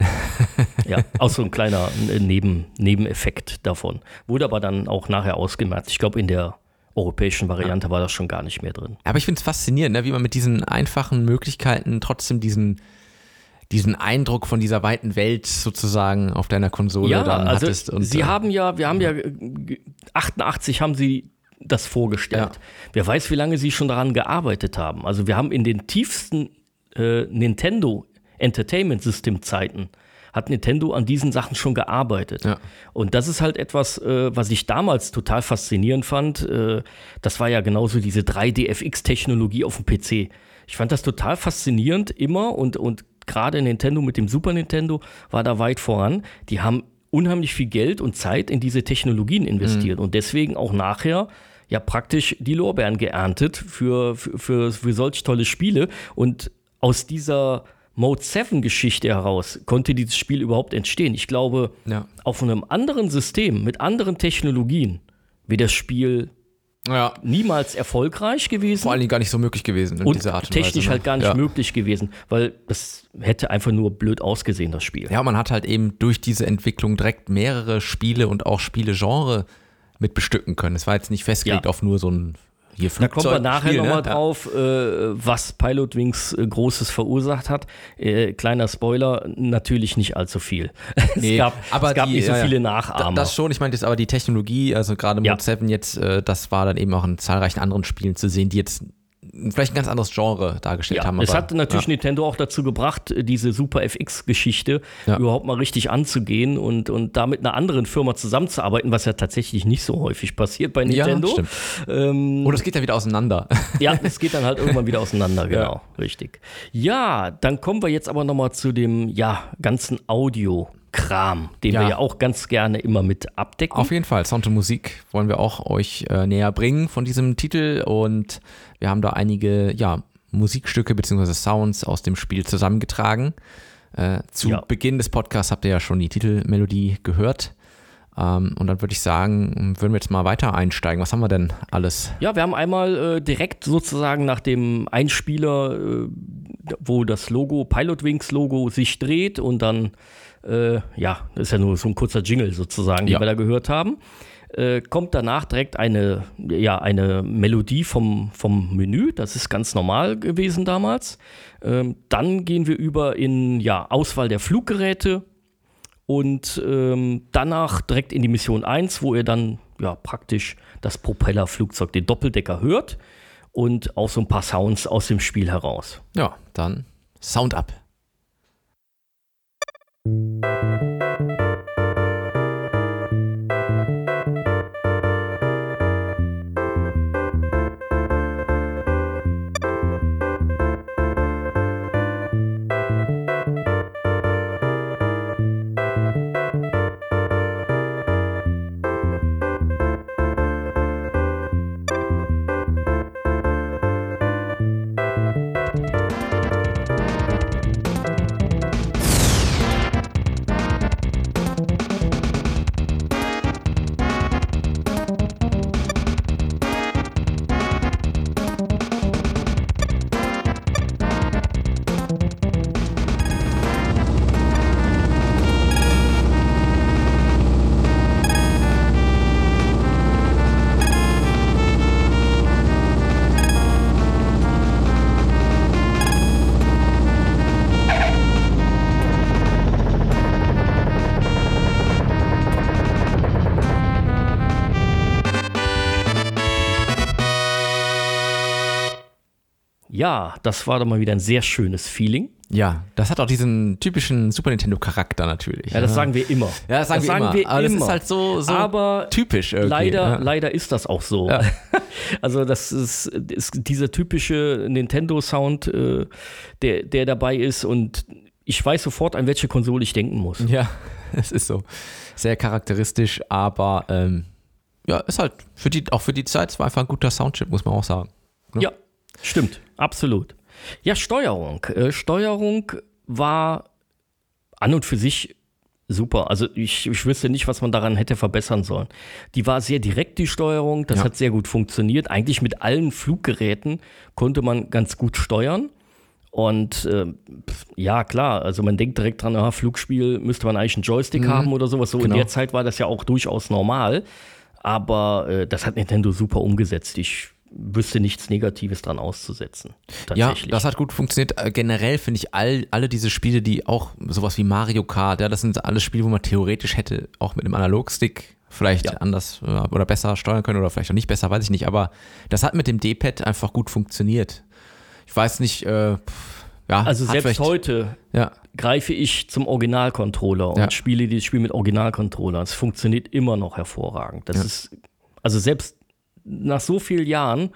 Ja, auch so ein kleiner Neben, Nebeneffekt davon. Wurde aber dann auch nachher ausgemerzt. Ich glaube, in der europäischen Variante ja. war das schon gar nicht mehr drin. Aber ich finde es faszinierend, ne, wie man mit diesen einfachen Möglichkeiten trotzdem diesen diesen Eindruck von dieser weiten Welt sozusagen auf deiner Konsole ja, dann also hattest. Und, sie äh, haben ja, wir haben ja achtundachtzig haben sie das vorgestellt. Ja. Wer weiß, wie lange sie schon daran gearbeitet haben. Also wir haben in den tiefsten äh, Nintendo Entertainment System Zeiten hat Nintendo an diesen Sachen schon gearbeitet. Ja. Und das ist halt etwas, äh, was ich damals total faszinierend fand. Äh, das war ja genauso diese drei D F X-Technologie auf dem P C. Ich fand das total faszinierend immer und, und gerade Nintendo mit dem Super Nintendo war da weit voran. Die haben unheimlich viel Geld und Zeit in diese Technologien investiert mhm. und deswegen auch nachher ja praktisch die Lorbeeren geerntet für, für, für, für solch tolle Spiele. Und aus dieser Mode sieben Geschichte heraus konnte dieses Spiel überhaupt entstehen. Ich glaube, ja. auf einem anderen System, mit anderen Technologien, wäre das Spiel ja. niemals erfolgreich gewesen. Vor allen Dingen gar nicht so möglich gewesen in und dieser Art und technisch Weise, ne? halt gar nicht ja. möglich gewesen, weil das hätte einfach nur blöd ausgesehen, das Spiel. Ja, man hat halt eben durch diese Entwicklung direkt mehrere Spiele und auch Spielegenre mit bestücken können. Es war jetzt nicht festgelegt ja. auf nur so ein hier Da kommen wir nachher nochmal ne? drauf, äh, was Pilotwings äh, Großes verursacht hat. Äh, kleiner Spoiler, natürlich nicht allzu viel. Nee, es gab, aber es gab die, nicht so ja, viele Nachahmer. Das schon, ich meine, das aber die Technologie, also gerade Mode ja. sieben jetzt, äh, das war dann eben auch in zahlreichen anderen Spielen zu sehen, die jetzt vielleicht ein ganz anderes Genre dargestellt ja, haben. Es aber, hat natürlich ja. Nintendo auch dazu gebracht, diese Super F X-Geschichte ja. überhaupt mal richtig anzugehen und, und da mit einer anderen Firma zusammenzuarbeiten, was ja tatsächlich nicht so häufig passiert bei Nintendo. Ja, stimmt. Ähm, Oder es geht ja wieder auseinander. Ja, es geht dann halt irgendwann wieder auseinander, genau, ja. richtig. Ja, dann kommen wir jetzt aber nochmal zu dem ja, ganzen Audio- Kram, den ja. wir ja auch ganz gerne immer mit abdecken. Auf jeden Fall. Sound und Musik wollen wir auch euch äh, näher bringen von diesem Titel und wir haben da einige ja, Musikstücke bzw. Sounds aus dem Spiel zusammengetragen. Äh, zu ja. Beginn des Podcasts habt ihr ja schon die Titelmelodie gehört. Ähm, und dann würde ich sagen, würden wir jetzt mal weiter einsteigen. Was haben wir denn alles? Ja, wir haben einmal äh, direkt sozusagen nach dem Einspieler, äh, wo das Logo, Pilotwings-Logo sich dreht und dann Äh, ja, das ist ja nur so ein kurzer Jingle sozusagen, den ja. wir da gehört haben. Äh, kommt danach direkt eine, ja, eine Melodie vom, vom Menü. Das ist ganz normal gewesen damals. Ähm, dann gehen wir über in ja, Auswahl der Fluggeräte und ähm, danach direkt in die Mission eins, wo ihr dann ja, praktisch das Propellerflugzeug, den Doppeldecker hört und auch so ein paar Sounds aus dem Spiel heraus. Ja, dann Sound ab. Ja, das war doch mal wieder ein sehr schönes Feeling. Ja, das hat auch diesen typischen Super Nintendo-Charakter natürlich. Ja, das sagen wir immer. Ja, das sagen, das wir, sagen immer. wir Aber immer. das ist halt so, so Aber typisch irgendwie. Leider, ja. leider ist das auch so. Ja. Also das ist, ist dieser typische Nintendo-Sound, äh, der, der dabei ist und ich weiß sofort, an welche Konsole ich denken muss. Ja. Es ist so sehr charakteristisch, aber ähm, ja, ist halt für die, auch für die Zeit, es war einfach ein guter Soundchip, muss man auch sagen. Ne? Ja, stimmt, absolut. Ja, Steuerung. Äh, Steuerung war an und für sich super. Also ich, ich wüsste nicht, was man daran hätte verbessern sollen. Die war sehr direkt, die Steuerung. Das ja. hat sehr gut funktioniert. Eigentlich mit allen Fluggeräten konnte man ganz gut steuern. Und äh, ja, klar, also man denkt direkt dran, aha, Flugspiel müsste man eigentlich einen Joystick mhm. haben oder sowas. So genau. In der Zeit war das ja auch durchaus normal. Aber äh, das hat Nintendo super umgesetzt. Ich wüsste nichts Negatives dran auszusetzen. Tatsächlich. Ja, das hat gut funktioniert. Generell finde ich all, alle diese Spiele, die auch sowas wie Mario Kart, ja, das sind alles Spiele, wo man theoretisch hätte auch mit einem Analogstick vielleicht ja. anders oder besser steuern können oder vielleicht auch nicht besser, weiß ich nicht. Aber das hat mit dem D-Pad einfach gut funktioniert. Ich weiß nicht, äh, ja. Also selbst heute ja. greife ich zum Originalcontroller und ja. spiele dieses Spiel mit Originalcontroller. Es funktioniert immer noch hervorragend. Das ja. ist, also selbst nach so vielen Jahren,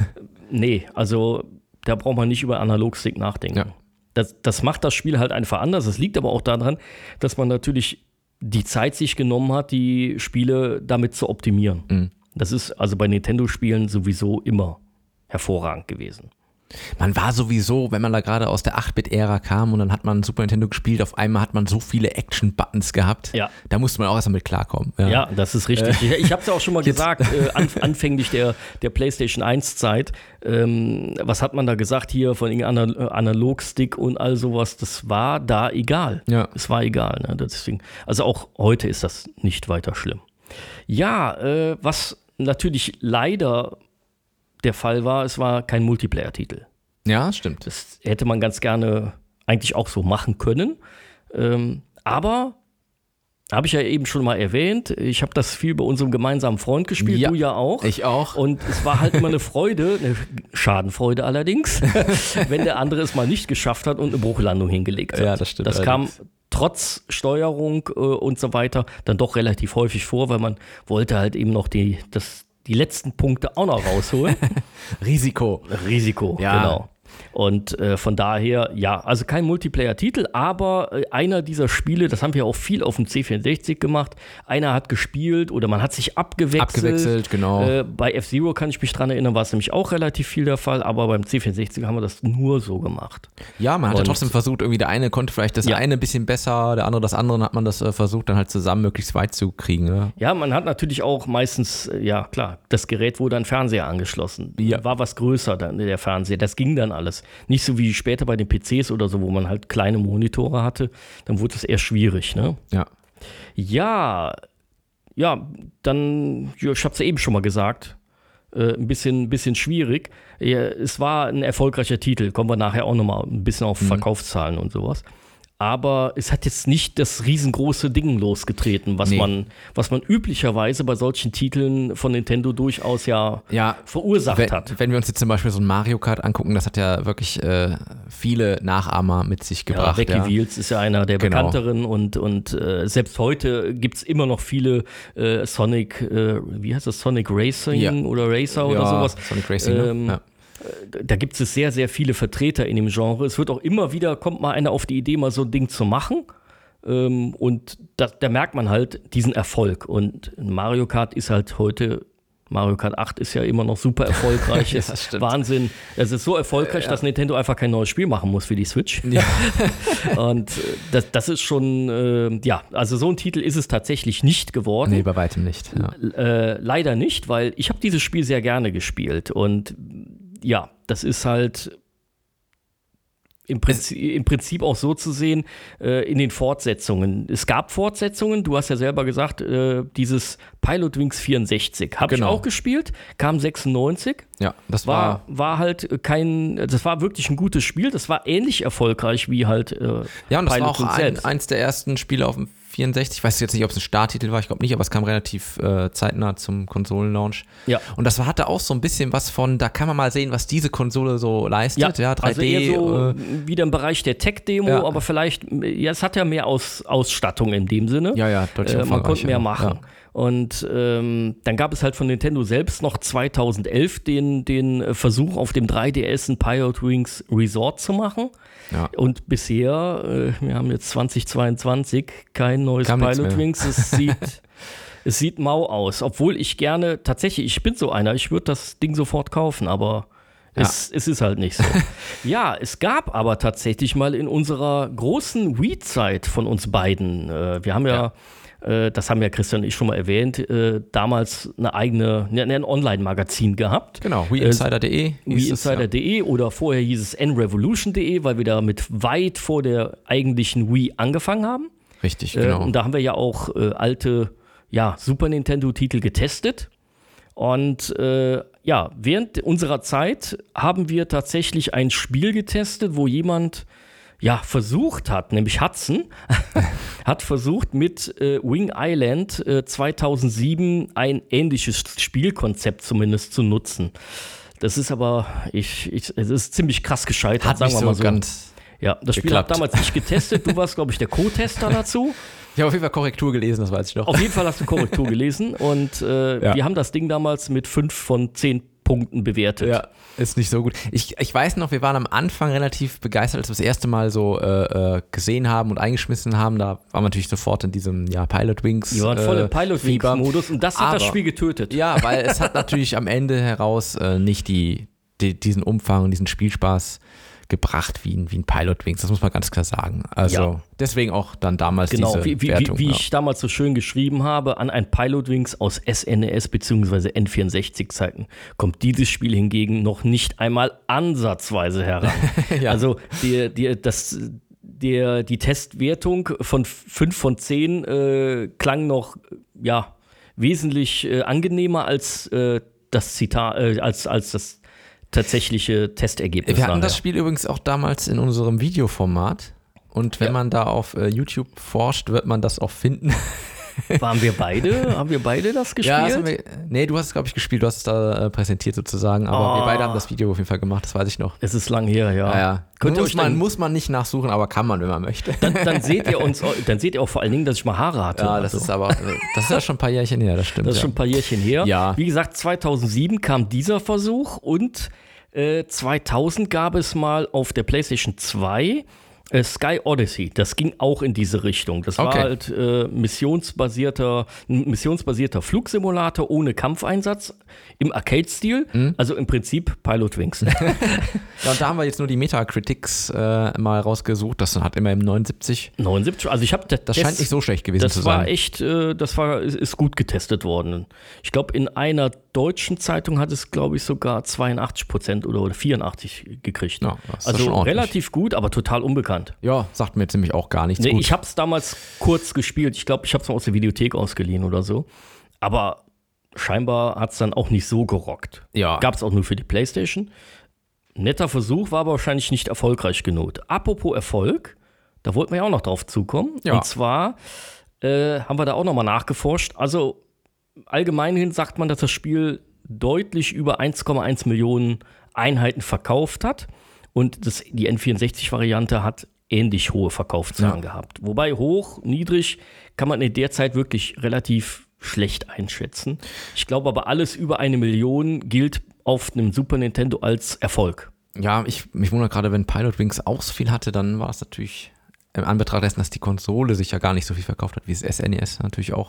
nee, also da braucht man nicht über Analogstick nachdenken. Ja. Das, das macht das Spiel halt einfach anders. Es liegt aber auch daran, dass man natürlich die Zeit sich genommen hat, die Spiele damit zu optimieren. Mhm. Das ist also bei Nintendo-Spielen sowieso immer hervorragend gewesen. Man war sowieso, wenn man da gerade aus der acht-Bit-Ära kam und dann hat man Super Nintendo gespielt, auf einmal hat man so viele Action-Buttons gehabt. Ja. Da musste man auch erstmal mit klarkommen. Ja, ja das ist richtig. Äh, ich habe es ja auch schon mal gesagt, äh, anf- anfänglich der, der PlayStation eins Zeit. Ähm, was hat man da gesagt hier von irgendeinem Analogstick und all sowas? Das war da egal. Ja. Es war egal. Ne? Deswegen, also auch heute ist das nicht weiter schlimm. Ja, äh, was natürlich leider der Fall war, es war kein Multiplayer-Titel. Ja, stimmt. Das hätte man ganz gerne eigentlich auch so machen können. Ähm, aber, habe ich ja eben schon mal erwähnt, ich habe das viel bei unserem gemeinsamen Freund gespielt, ja, du ja auch. Ich auch. Und es war halt immer eine Freude, eine Schadenfreude allerdings, wenn der andere es mal nicht geschafft hat und eine Bruchlandung hingelegt hat. Ja, das stimmt. Das allerdings. kam trotz Steuerung äh, und so weiter dann doch relativ häufig vor, weil man wollte halt eben noch die, das die letzten Punkte auch noch rausholen. Risiko. Risiko, ja. Genau. Und äh, von daher, ja, also kein Multiplayer-Titel, aber äh, einer dieser Spiele, das haben wir auch viel auf dem C vierundsechzig gemacht, einer hat gespielt oder man hat sich abgewechselt. Abgewechselt, genau. Äh, bei F-Zero kann ich mich dran erinnern, war es nämlich auch relativ viel der Fall, aber beim C vierundsechzig haben wir das nur so gemacht. Ja, man hat ja trotzdem versucht, irgendwie der eine konnte vielleicht das ja. eine ein bisschen besser, der andere das andere, dann hat man das äh, versucht, dann halt zusammen möglichst weit zu kriegen. Ja, ja man hat natürlich auch meistens, äh, ja klar, das Gerät wurde an Fernseher angeschlossen. Ja. War was größer, dann der Fernseher, das ging dann alles. Nicht so wie später bei den P Cs oder so, wo man halt kleine Monitore hatte, dann wurde es eher schwierig, ne? Ja. Ja, ja, dann, ja, ich habe es ja eben schon mal gesagt, äh, ein bisschen, bisschen schwierig. Ja, es war ein erfolgreicher Titel, kommen wir nachher auch nochmal ein bisschen auf mhm. Verkaufszahlen und sowas. Aber es hat jetzt nicht das riesengroße Ding losgetreten, was, nee. man, was man üblicherweise bei solchen Titeln von Nintendo durchaus ja, ja verursacht wenn, hat. Wenn wir uns jetzt zum Beispiel so ein Mario Kart angucken, das hat ja wirklich äh, viele Nachahmer mit sich gebracht. Ja, Wacky ja. Wheels ist ja einer der genau. bekannteren und, und äh, selbst heute gibt es immer noch viele äh, Sonic, äh, wie heißt das, Sonic Racing ja. oder Racer ja, oder sowas. Sonic Racing, ähm, ja. Da gibt es sehr, sehr viele Vertreter in dem Genre. Es wird auch immer wieder, kommt mal einer auf die Idee, mal so ein Ding zu machen. Ähm, und da, da merkt man halt diesen Erfolg. Und Mario Kart ist halt heute, Mario Kart acht ist ja immer noch super erfolgreich. Ja, ist Wahnsinn. Es ist so erfolgreich, äh, ja. dass Nintendo einfach kein neues Spiel machen muss für die Switch. Ja. Und das, das ist schon, äh, ja, also so ein Titel ist es tatsächlich nicht geworden. Nee, bei weitem nicht. Ja. Äh, leider nicht, weil ich habe dieses Spiel sehr gerne gespielt. Und ja, das ist halt im Prinzip, im Prinzip auch so zu sehen äh, in den Fortsetzungen. Es gab Fortsetzungen, du hast ja selber gesagt, äh, dieses Pilotwings vierundsechzig habe genau. ich auch gespielt, kam sechsundneunzig. Ja, das war, war war halt kein, das war wirklich ein gutes Spiel, das war ähnlich erfolgreich wie halt äh, ja, und das war auch ein, eins der ersten Spiele auf dem vierundsechzig. Ich weiß jetzt nicht, ob es ein Starttitel war, ich glaube nicht, aber es kam relativ äh, zeitnah zum Konsolenlaunch. Ja. Und das war, hatte auch so ein bisschen was von, da kann man mal sehen, was diese Konsole so leistet. Ja, ja drei D. Also eher so äh, wieder im Bereich der Tech-Demo, ja. aber vielleicht, ja, es hat ja mehr Aus, Ausstattung in dem Sinne. Ja, ja, deutlich äh, Man konnte mehr machen. Ja. Und ähm, dann gab es halt von Nintendo selbst noch zweitausendelf den, den Versuch, auf dem drei D S ein Pilotwings Resort zu machen. Ja. Und bisher, äh, wir haben jetzt zweitausendzweiundzwanzig, kein neues Pilotwings. Es sieht, es sieht mau aus. Obwohl ich gerne, tatsächlich, ich bin so einer, ich würde das Ding sofort kaufen, aber ja. es, es ist halt nicht so. Ja, es gab aber tatsächlich mal in unserer großen Wii-Zeit von uns beiden, äh, wir haben ja, ja das haben ja Christian und ich schon mal erwähnt, äh, damals eine eigene, ne, ein Online-Magazin gehabt. Genau, Wii Insider punkt de. Wii Insider punkt de ja. Oder vorher hieß es N Revolution punkt de, weil wir damit weit vor der eigentlichen Wii angefangen haben. Richtig, genau. Äh, und da haben wir ja auch äh, alte ja, Super Nintendo-Titel getestet. Und äh, ja, während unserer Zeit haben wir tatsächlich ein Spiel getestet, wo jemand ja, versucht hat, nämlich Hudson, hat versucht mit äh, Wing Island äh, zweitausendsieben ein ähnliches Spielkonzept zumindest zu nutzen. Das ist aber, ich, ich, es ist ziemlich krass gescheitert, hat sagen wir mal so. Ganz ja, das Spiel geklappt. Hat damals nicht getestet, du warst, glaube ich, der Co-Tester dazu. Ich habe auf jeden Fall Korrektur gelesen, das weiß ich noch. Auf jeden Fall hast du Korrektur gelesen und äh, ja. wir haben das Ding damals mit fünf von zehn Punkten bewertet. Ja, ist nicht so gut. Ich, ich weiß noch, wir waren am Anfang relativ begeistert, als wir das erste Mal so äh, gesehen haben und eingeschmissen haben. Da waren wir natürlich sofort in diesem ja, Pilotwings. Wir waren voll im Pilotwings-Modus und das hat Aber, das Spiel getötet. Ja, weil es hat natürlich am Ende heraus äh, nicht die, die, diesen Umfang und diesen Spielspaß gebracht wie ein, wie ein Pilotwings, das muss man ganz klar sagen. Also ja. deswegen auch dann damals genau, diese wie, wie, Wertung. Wie, wie ja. ich damals so schön geschrieben habe, an ein Pilotwings aus S N E S bzw. N vierundsechzig-Zeiten kommt dieses Spiel hingegen noch nicht einmal ansatzweise heran. ja. Also die, die, das, der, die Testwertung von fünf von zehn äh, klang noch ja, wesentlich äh, angenehmer als äh, das Zitat, äh, als, als das tatsächliche Testergebnis. Wir hatten nachher. das Spiel übrigens auch damals in unserem Videoformat und wenn ja. man da auf äh, YouTube forscht, wird man das auch finden. Waren wir beide? Haben wir beide das gespielt? Ja, das wir, nee, du hast es, glaube ich, gespielt, du hast es da äh, präsentiert sozusagen, aber oh. wir beide haben das Video auf jeden Fall gemacht, das weiß ich noch. Es ist lang her, ja. ja, ja. Könnt muss, man, muss man nicht nachsuchen, aber kann man, wenn man möchte. Dann, dann seht ihr uns, dann seht ihr auch vor allen Dingen, dass ich mal Haare hatte. Ja, das also. ist aber, das ist ja schon ein paar Jährchen her, das stimmt. Das ist ja. schon ein paar Jährchen her. Ja. Wie gesagt, zweitausendsieben kam dieser Versuch und äh, zweitausend gab es mal auf der PlayStation zwei äh, Sky Odyssey. Das ging auch in diese Richtung. Das war okay. halt äh, missionsbasierter, ein missionsbasierter Flugsimulator ohne Kampfeinsatz im Arcade-Stil. Mhm. Also im Prinzip Pilotwings. Ja, und da haben wir jetzt nur die Metacritics äh, mal rausgesucht. Das hat immerhin neunundsiebzig. neunundsiebzig, also ich habe das, das scheint nicht so schlecht gewesen zu sein. Das war echt, äh, das war, ist, ist gut getestet worden. Ich glaube, in einer deutschen Zeitung hat es, glaube ich, sogar zweiundachtzig Prozent oder, oder vierundachtzig gekriegt. Ja, das ist also schon relativ gut, aber total unbekannt. Ja, sagt mir ziemlich auch gar nichts. Nee, gut. Ich habe es damals kurz gespielt. Ich glaube, ich habe es aus der Videothek ausgeliehen oder so. Aber scheinbar hat es dann auch nicht so gerockt. Ja. Gab es auch nur für die PlayStation. Netter Versuch, war aber wahrscheinlich nicht erfolgreich genug. Apropos Erfolg, da wollten wir ja auch noch drauf zukommen. Ja. Und zwar äh, haben wir da auch nochmal nachgeforscht. Also allgemein hin sagt man, dass das Spiel deutlich über eins Komma eins Millionen Einheiten verkauft hat. Und das, die N vierundsechzig-Variante hat ähnlich hohe Verkaufszahlen ja. gehabt. Wobei hoch, niedrig kann man in der Zeit wirklich relativ schlecht einschätzen. Ich glaube aber, alles über eine Million gilt auf einem Super Nintendo als Erfolg. Ja, ich mich wundere gerade, wenn Pilotwings auch so viel hatte, dann war es natürlich im Anbetracht dessen, dass die Konsole sich ja gar nicht so viel verkauft hat wie das S N E S, natürlich auch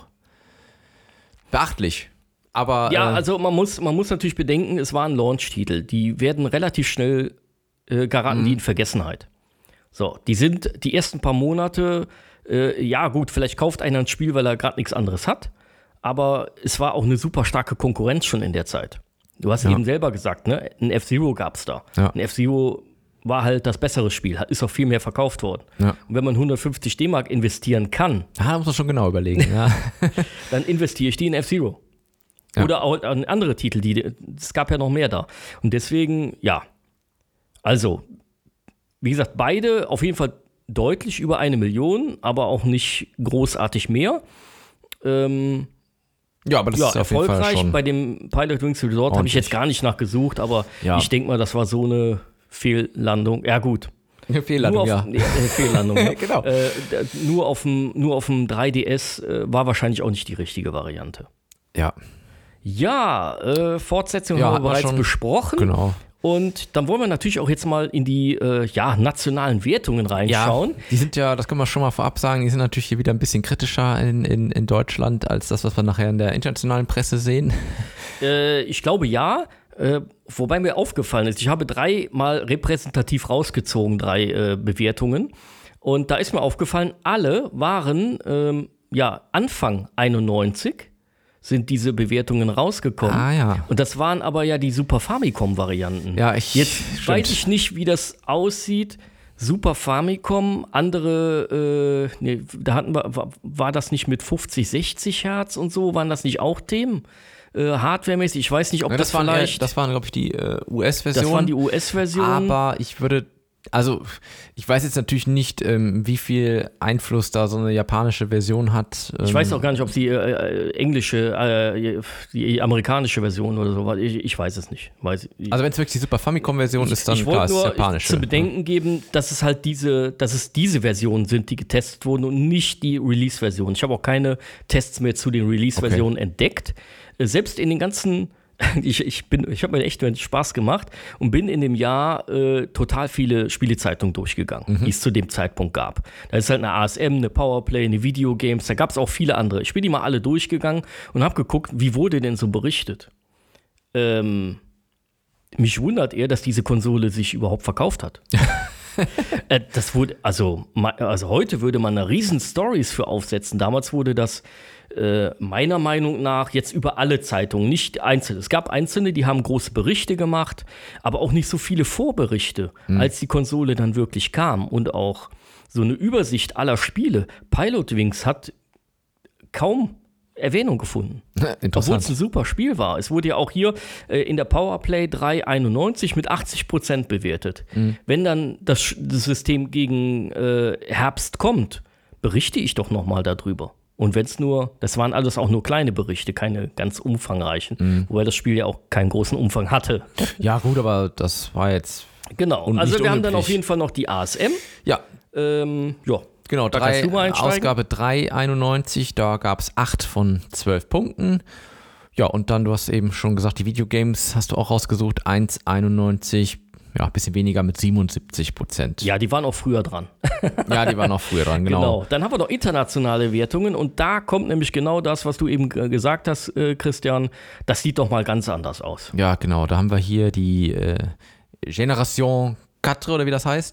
beachtlich. Aber, ja, äh, also man muss, man muss natürlich bedenken, es war ein Launch-Titel. Die werden relativ schnell äh, geraten die in Vergessenheit. So, die sind die ersten paar Monate, äh, ja gut, vielleicht kauft einer ein Spiel, weil er gerade nichts anderes hat, aber es war auch eine super starke Konkurrenz schon in der Zeit. Du hast ja. eben selber gesagt, ne? Ein F-Zero gab es da. Ja. Ein F-Zero war halt das bessere Spiel, ist auch viel mehr verkauft worden. Ja. Und wenn man hundertfünfzig D-Mark investieren kann, ah, da muss man schon genau überlegen, ja. dann investiere ich die in F-Zero. Ja. Oder auch an andere Titel, die, es gab ja noch mehr da. Und deswegen, ja, also, wie gesagt, beide auf jeden Fall deutlich über eine Million, aber auch nicht großartig mehr. Ähm, ja, aber das ja, ist auf jeden Fall erfolgreich. schon Bei dem Pilotwings Resort habe ich jetzt gar nicht nachgesucht, aber ja. ich denke mal, das war so eine Fehllandung. Ja, gut. Eine Fehllandung, nur auf, ja. Nee, äh, Fehllandung, ja. Genau. Äh, nur, auf dem, nur auf dem drei D S äh, war wahrscheinlich auch nicht die richtige Variante. Ja. Ja, äh, Fortsetzung Ja, haben hat wir man bereits schon- besprochen. Genau. Und dann wollen wir natürlich auch jetzt mal in die äh, ja, nationalen Wertungen reinschauen. Ja, die sind ja, das können wir schon mal vorab sagen, die sind natürlich hier wieder ein bisschen kritischer in, in, in Deutschland als das, was wir nachher in der internationalen Presse sehen. Äh, ich glaube ja, äh, wobei mir aufgefallen ist, ich habe dreimal repräsentativ rausgezogen, drei äh, Bewertungen. Und da ist mir aufgefallen, alle waren ähm, ja Anfang einundneunzig sind diese Bewertungen rausgekommen. Ah, ja. Und das waren aber ja die Super Famicom-Varianten. Ja, ich- Jetzt stimmt. weiß ich nicht, wie das aussieht. Super Famicom, andere, äh, nee, da hatten wir, war, war das nicht mit fünfzig, sechzig Hertz und so? Waren das nicht auch Themen? Äh, Hardwaremäßig, ich weiß nicht, ob Ja, das, das, waren, eher- vielleicht. das waren, glaube ich, die äh, U S-Versionen. das waren die U S-Versionen. Aber ich würde, also ich weiß jetzt natürlich nicht, ähm, wie viel Einfluss da so eine japanische Version hat. Ähm, Ich weiß auch gar nicht, ob die äh, englische, äh, die amerikanische Version oder so war. Ich, ich weiß es nicht. Weiß, Also wenn es wirklich die Super Famicom-Version ist, dann ich klar, wollte ist nur japanische. zu bedenken geben, dass es halt diese, dass es diese Versionen sind, die getestet wurden und nicht die Release-Version. Ich habe auch keine Tests mehr zu den Release-Versionen entdeckt. Äh, Selbst in den ganzen Ich, ich, bin, ich habe mir echt Spaß gemacht und bin in dem Jahr äh, total viele Spielezeitungen durchgegangen, Mhm. die es zu dem Zeitpunkt gab. Da ist halt eine A S M, eine Powerplay, eine Videogames, da gab es auch viele andere. Ich bin die mal alle durchgegangen und habe geguckt, wie wurde denn so berichtet. Ähm, mich wundert eher, dass diese Konsole sich überhaupt verkauft hat. äh, das wurde, also, ma- also heute würde man da riesen Stories für aufsetzen. Damals wurde das äh, meiner Meinung nach jetzt über alle Zeitungen, nicht einzelne. Es gab einzelne, die haben große Berichte gemacht, aber auch nicht so viele Vorberichte, als die Konsole dann wirklich kam. Und auch so eine Übersicht aller Spiele. Pilotwings hat kaum Erwähnung gefunden. Obwohl es Interessant. ein super Spiel war. Es wurde ja auch hier äh, in der Powerplay drei einundneunzig mit achtzig Prozent bewertet. Wenn dann das, Sch- das System gegen äh, Herbst kommt, berichte ich doch nochmal darüber. Und wenn es nur, das waren alles auch nur kleine Berichte, keine ganz umfangreichen, wobei das Spiel ja auch keinen großen Umfang hatte. Ja gut, aber das war jetzt, Genau. Und Also nicht wir haben dann unüblich. auf jeden Fall noch die A S M. ja, Ähm, ja. genau, Da drei, kannst du mal einsteigen. Ausgabe drei einundneunzig, da gab es acht von zwölf Punkten. Ja, und dann, du hast eben schon gesagt, die Videogames hast du auch rausgesucht, eins einundneunzig, ja, ein bisschen weniger mit siebenundsiebzig Prozent. Ja, die waren auch früher dran. Ja, die waren noch früher dran, genau. Genau. Dann haben wir noch internationale Wertungen und da kommt nämlich genau das, was du eben äh, gesagt hast, äh, Christian. Das sieht doch mal ganz anders aus. Ja, genau, da haben wir hier die äh, Generation vier oder wie das heißt.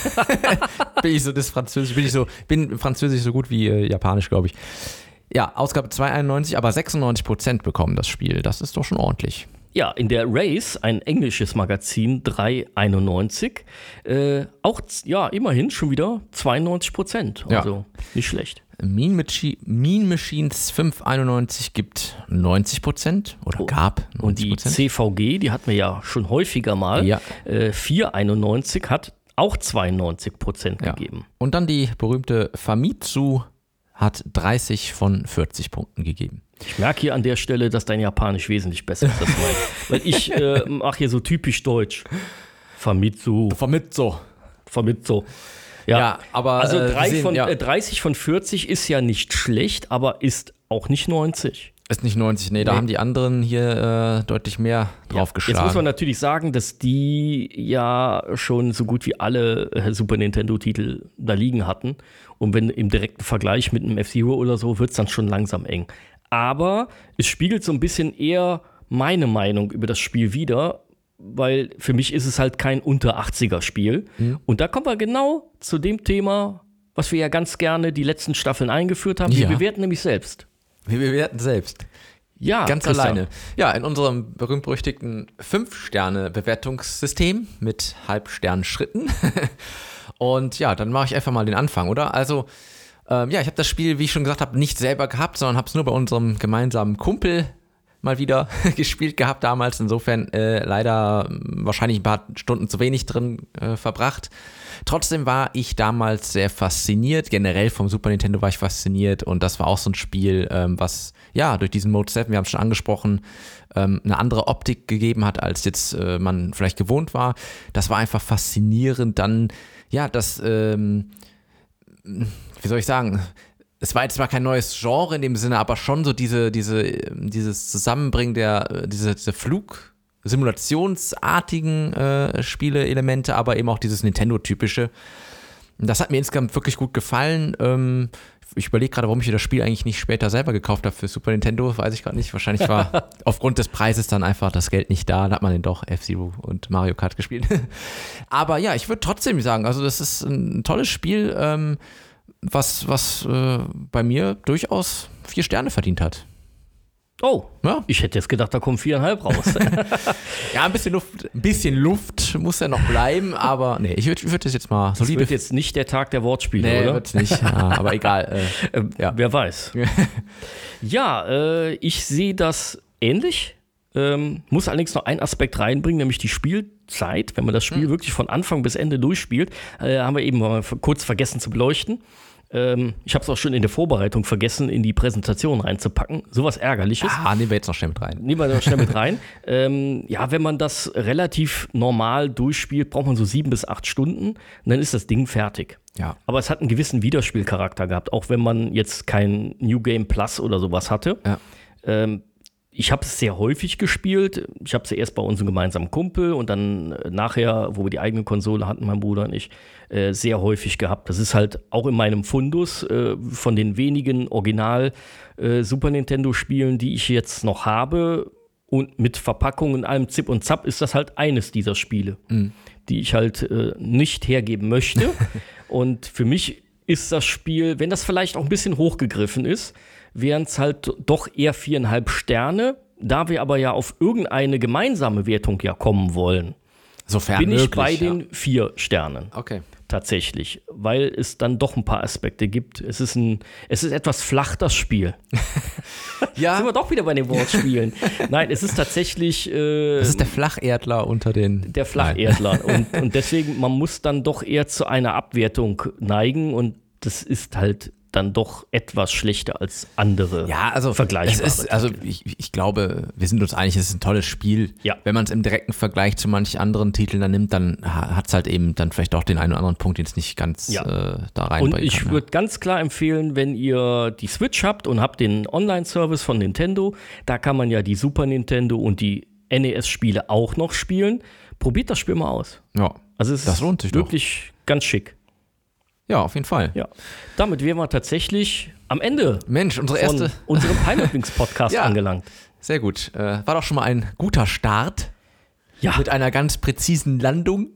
bin ich so das Französisch, bin ich so, bin Französisch so gut wie äh, Japanisch, glaube ich. Ja, Ausgabe zwei einundneunzig, aber sechsundneunzig Prozent bekommen das Spiel. Das ist doch schon ordentlich. Ja, in der Race, ein englisches Magazin, drei einundneunzig. Äh, auch, z- ja, immerhin schon wieder zweiundneunzig Prozent. Ja. Also nicht schlecht. Mean, Machi- mean Machines fünf einundneunzig gibt neunzig Prozent oder gab neunzig Und die Prozent. C V G, die hatten wir ja schon häufiger mal. Ja. Äh, vier einundneunzig hat auch zweiundneunzig Prozent Ja. gegeben. Und dann die berühmte Famitsu hat dreißig von vierzig Punkten gegeben. Ich merke hier an der Stelle, dass dein Japanisch wesentlich besser ist als mein. Weil ich äh, mache hier so typisch Deutsch. Famitsu, Famitsu. Famitsu. Ja, Ja, aber also äh, drei wir sehen, von, ja, äh, dreißig von vierzig ist ja nicht schlecht, aber ist auch nicht neunzig. ist nicht neunzig, nee, da Nee. haben die anderen hier äh, deutlich mehr Jetzt draufgeschlagen. muss man natürlich sagen, dass die ja schon so gut wie alle äh, Super Nintendo-Titel da liegen hatten. Und wenn im direkten Vergleich mit einem F-Zero oder so, wird es dann schon langsam eng. Aber es spiegelt so ein bisschen eher meine Meinung über das Spiel wider, weil für mich ist es halt kein unter achtziger-Spiel. Und da kommen wir genau zu dem Thema, was wir ja ganz gerne die letzten Staffeln eingeführt haben. Wir Ja. bewerten nämlich selbst. Wir bewerten selbst. Ja, Ganz Christian. alleine. Ja, in unserem berühmt-berüchtigten fünf-Sterne-Bewertungssystem mit Halbsternschritten. Und ja, dann mache ich einfach mal den Anfang, oder? Also, ähm, ja, ich habe das Spiel, wie ich schon gesagt habe, nicht selber gehabt, sondern habe es nur bei unserem gemeinsamen Kumpel mal wieder gespielt gehabt damals. Insofern äh, leider mh, wahrscheinlich ein paar Stunden zu wenig drin äh, verbracht. Trotzdem war ich damals sehr fasziniert. Generell vom Super Nintendo war ich fasziniert und das war auch so ein Spiel, ähm, was ja durch diesen Mode sieben, wir haben es schon angesprochen, ähm, eine andere Optik gegeben hat, als jetzt äh, man vielleicht gewohnt war. Das war einfach faszinierend. Dann ja, das, ähm, wie soll ich sagen, es war jetzt zwar kein neues Genre in dem Sinne, aber schon so diese, diese, dieses Zusammenbringen der, diese, diese Flug- simulationsartigen äh, Spiele-Elemente, aber eben auch dieses Nintendo-typische. Das hat mir insgesamt wirklich gut gefallen. Ähm, ich überlege gerade, warum ich mir das Spiel eigentlich nicht später selber gekauft habe für Super Nintendo, weiß ich gerade nicht. Wahrscheinlich war aufgrund des Preises dann einfach das Geld nicht da. Da hat man den doch F-Zero und Mario Kart gespielt. Aber ja, ich würde trotzdem sagen, also das ist ein tolles Spiel, ähm, was, was äh, bei mir durchaus vier Sterne verdient hat. Oh, ja. Ich hätte jetzt gedacht, da kommen viereinhalb raus. Ja, ein bisschen Luft, ein bisschen Luft muss ja noch bleiben, aber nee, ich würde würd das jetzt mal solide. Das wird jetzt nicht der Tag der Wortspiele, nee, oder? Wird's nicht, ja, aber egal. Äh, äh, ja. Wer weiß. Ja, äh, ich sehe das ähnlich, ähm, muss allerdings noch einen Aspekt reinbringen, nämlich die Spielzeit. Wenn man das Spiel hm. wirklich von Anfang bis Ende durchspielt, äh, haben wir eben mal kurz vergessen zu beleuchten. Ich habe es auch schon in der Vorbereitung vergessen, in die Präsentation reinzupacken. Sowas Ärgerliches. Ah, nehmen wir jetzt noch schnell mit rein. Nehmen wir noch schnell mit rein. ähm, ja, wenn man das relativ normal durchspielt, braucht man so sieben bis acht Stunden. Und dann ist das Ding fertig. Ja. Aber es hat einen gewissen Wiederspielcharakter gehabt, auch wenn man jetzt kein New Game Plus oder sowas hatte. Ja. Ähm, Ich habe es sehr häufig gespielt. Ich habe es erst bei unserem gemeinsamen Kumpel und dann äh, nachher, wo wir die eigene Konsole hatten, mein Bruder und ich, äh, sehr häufig gehabt. Das ist halt auch in meinem Fundus äh, von den wenigen Original äh, Super Nintendo-Spielen, die ich jetzt noch habe und mit Verpackung und allem Zip und Zap, ist das halt eines dieser Spiele, mhm. die ich halt äh, nicht hergeben möchte. Und für mich ist das Spiel, wenn das vielleicht auch ein bisschen hochgegriffen ist, wären es halt doch eher viereinhalb Sterne. Da wir aber ja auf irgendeine gemeinsame Wertung ja kommen wollen, Sofern bin ich möglich, bei ja. den vier Sternen. Okay. Tatsächlich, weil es dann doch ein paar Aspekte gibt. Es ist, ein, es ist etwas flach, das Spiel. Ja. Sind wir doch wieder bei den Wortspielen. Nein, es ist tatsächlich äh, Das ist der Flacherdler unter den... der Flacherdler. und, und deswegen, man muss dann doch eher zu einer Abwertung neigen und das ist halt dann doch etwas schlechter als andere Ja, also vergleichbare es ist, also ich, ich glaube, wir sind uns einig, es ist ein tolles Spiel. Ja. Wenn man es im direkten Vergleich zu manchen anderen Titeln dann nimmt, dann hat es halt eben dann vielleicht auch den einen oder anderen Punkt, den es nicht ganz Ja. äh, da reinbringen Und ich kann. würde ganz klar empfehlen, wenn ihr die Switch habt und habt den Online-Service von Nintendo, da kann man ja die Super Nintendo und die N E S-Spiele auch noch spielen. Probiert das Spiel mal aus. Ja, Also es das ist lohnt sich wirklich doch. ganz schick. Ja, auf jeden Fall. Ja. Damit wären wir tatsächlich am Ende Mensch, unsere von erste... unserem Pilotwings-Podcast Ja. angelangt. Sehr gut. Äh, war doch schon mal ein guter Start. Ja. Mit einer ganz präzisen Landung.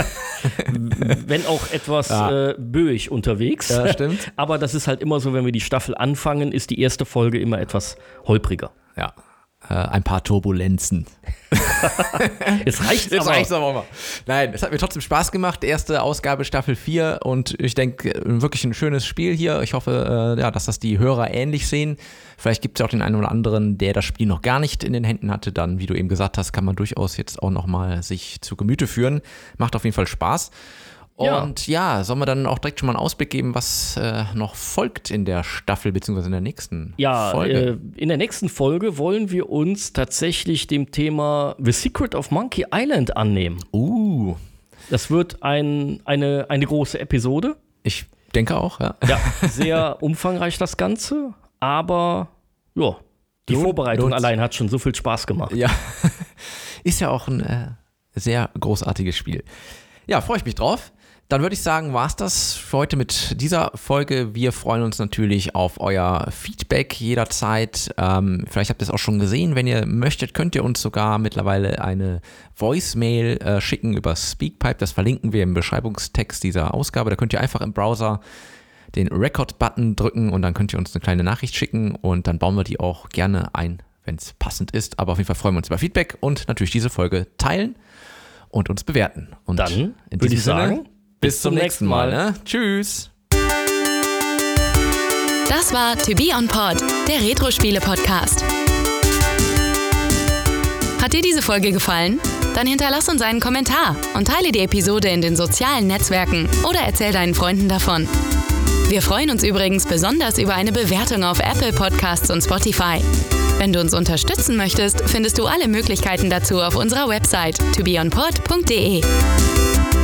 Wenn auch etwas Ja. äh, böig unterwegs. Ja, stimmt. Aber das ist halt immer so, wenn wir die Staffel anfangen, ist die erste Folge immer etwas holpriger. Ja. Äh, ein paar Turbulenzen. Jetzt reicht's Jetzt aber. reicht's aber mal. Nein, es hat mir trotzdem Spaß gemacht. Erste Ausgabe Staffel vier und ich denke, wirklich ein schönes Spiel hier. Ich hoffe, äh, ja, dass das die Hörer ähnlich sehen. Vielleicht gibt es ja auch den einen oder anderen, der das Spiel noch gar nicht in den Händen hatte. Dann, wie du eben gesagt hast, kann man durchaus jetzt auch nochmal sich zu Gemüte führen. Macht auf jeden Fall Spaß. Ja. Und ja, sollen wir dann auch direkt schon mal einen Ausblick geben, was äh, noch folgt in der Staffel, beziehungsweise in der nächsten Ja, Folge? äh, in der nächsten Folge wollen wir uns tatsächlich dem Thema The Secret of Monkey Island annehmen. Uh, Das wird ein, eine, eine große Episode. ich denke auch, ja. Ja, sehr umfangreich das Ganze, aber ja, die Lohnt- Vorbereitung lohnt's. allein hat schon so viel Spaß gemacht. Ja, ist ja auch ein äh, sehr großartiges Spiel. Ja, freue ich mich drauf. Dann würde ich sagen, war es das für heute mit dieser Folge. Wir freuen uns natürlich auf euer Feedback jederzeit. Ähm, vielleicht habt ihr es auch schon gesehen. Wenn ihr möchtet, könnt ihr uns sogar mittlerweile eine Voicemail äh, schicken über Speakpipe. Das verlinken wir im Beschreibungstext dieser Ausgabe. Da könnt ihr einfach im Browser den Record-Button drücken und dann könnt ihr uns eine kleine Nachricht schicken und dann bauen wir die auch gerne ein, wenn es passend ist. Aber auf jeden Fall freuen wir uns über Feedback und natürlich diese Folge teilen und uns bewerten. Und Dann in würde ich diesem Sinne, sagen, bis zum nächsten Mal. Ne? Tschüss. Das war To Be On Pod, der Retro-Spiele-Podcast. Hat dir diese Folge gefallen? Dann hinterlass uns einen Kommentar und teile die Episode in den sozialen Netzwerken oder erzähl deinen Freunden davon. Wir freuen uns übrigens besonders über eine Bewertung auf Apple Podcasts und Spotify. Wenn du uns unterstützen möchtest, findest du alle Möglichkeiten dazu auf unserer Website to be on pod punkt de.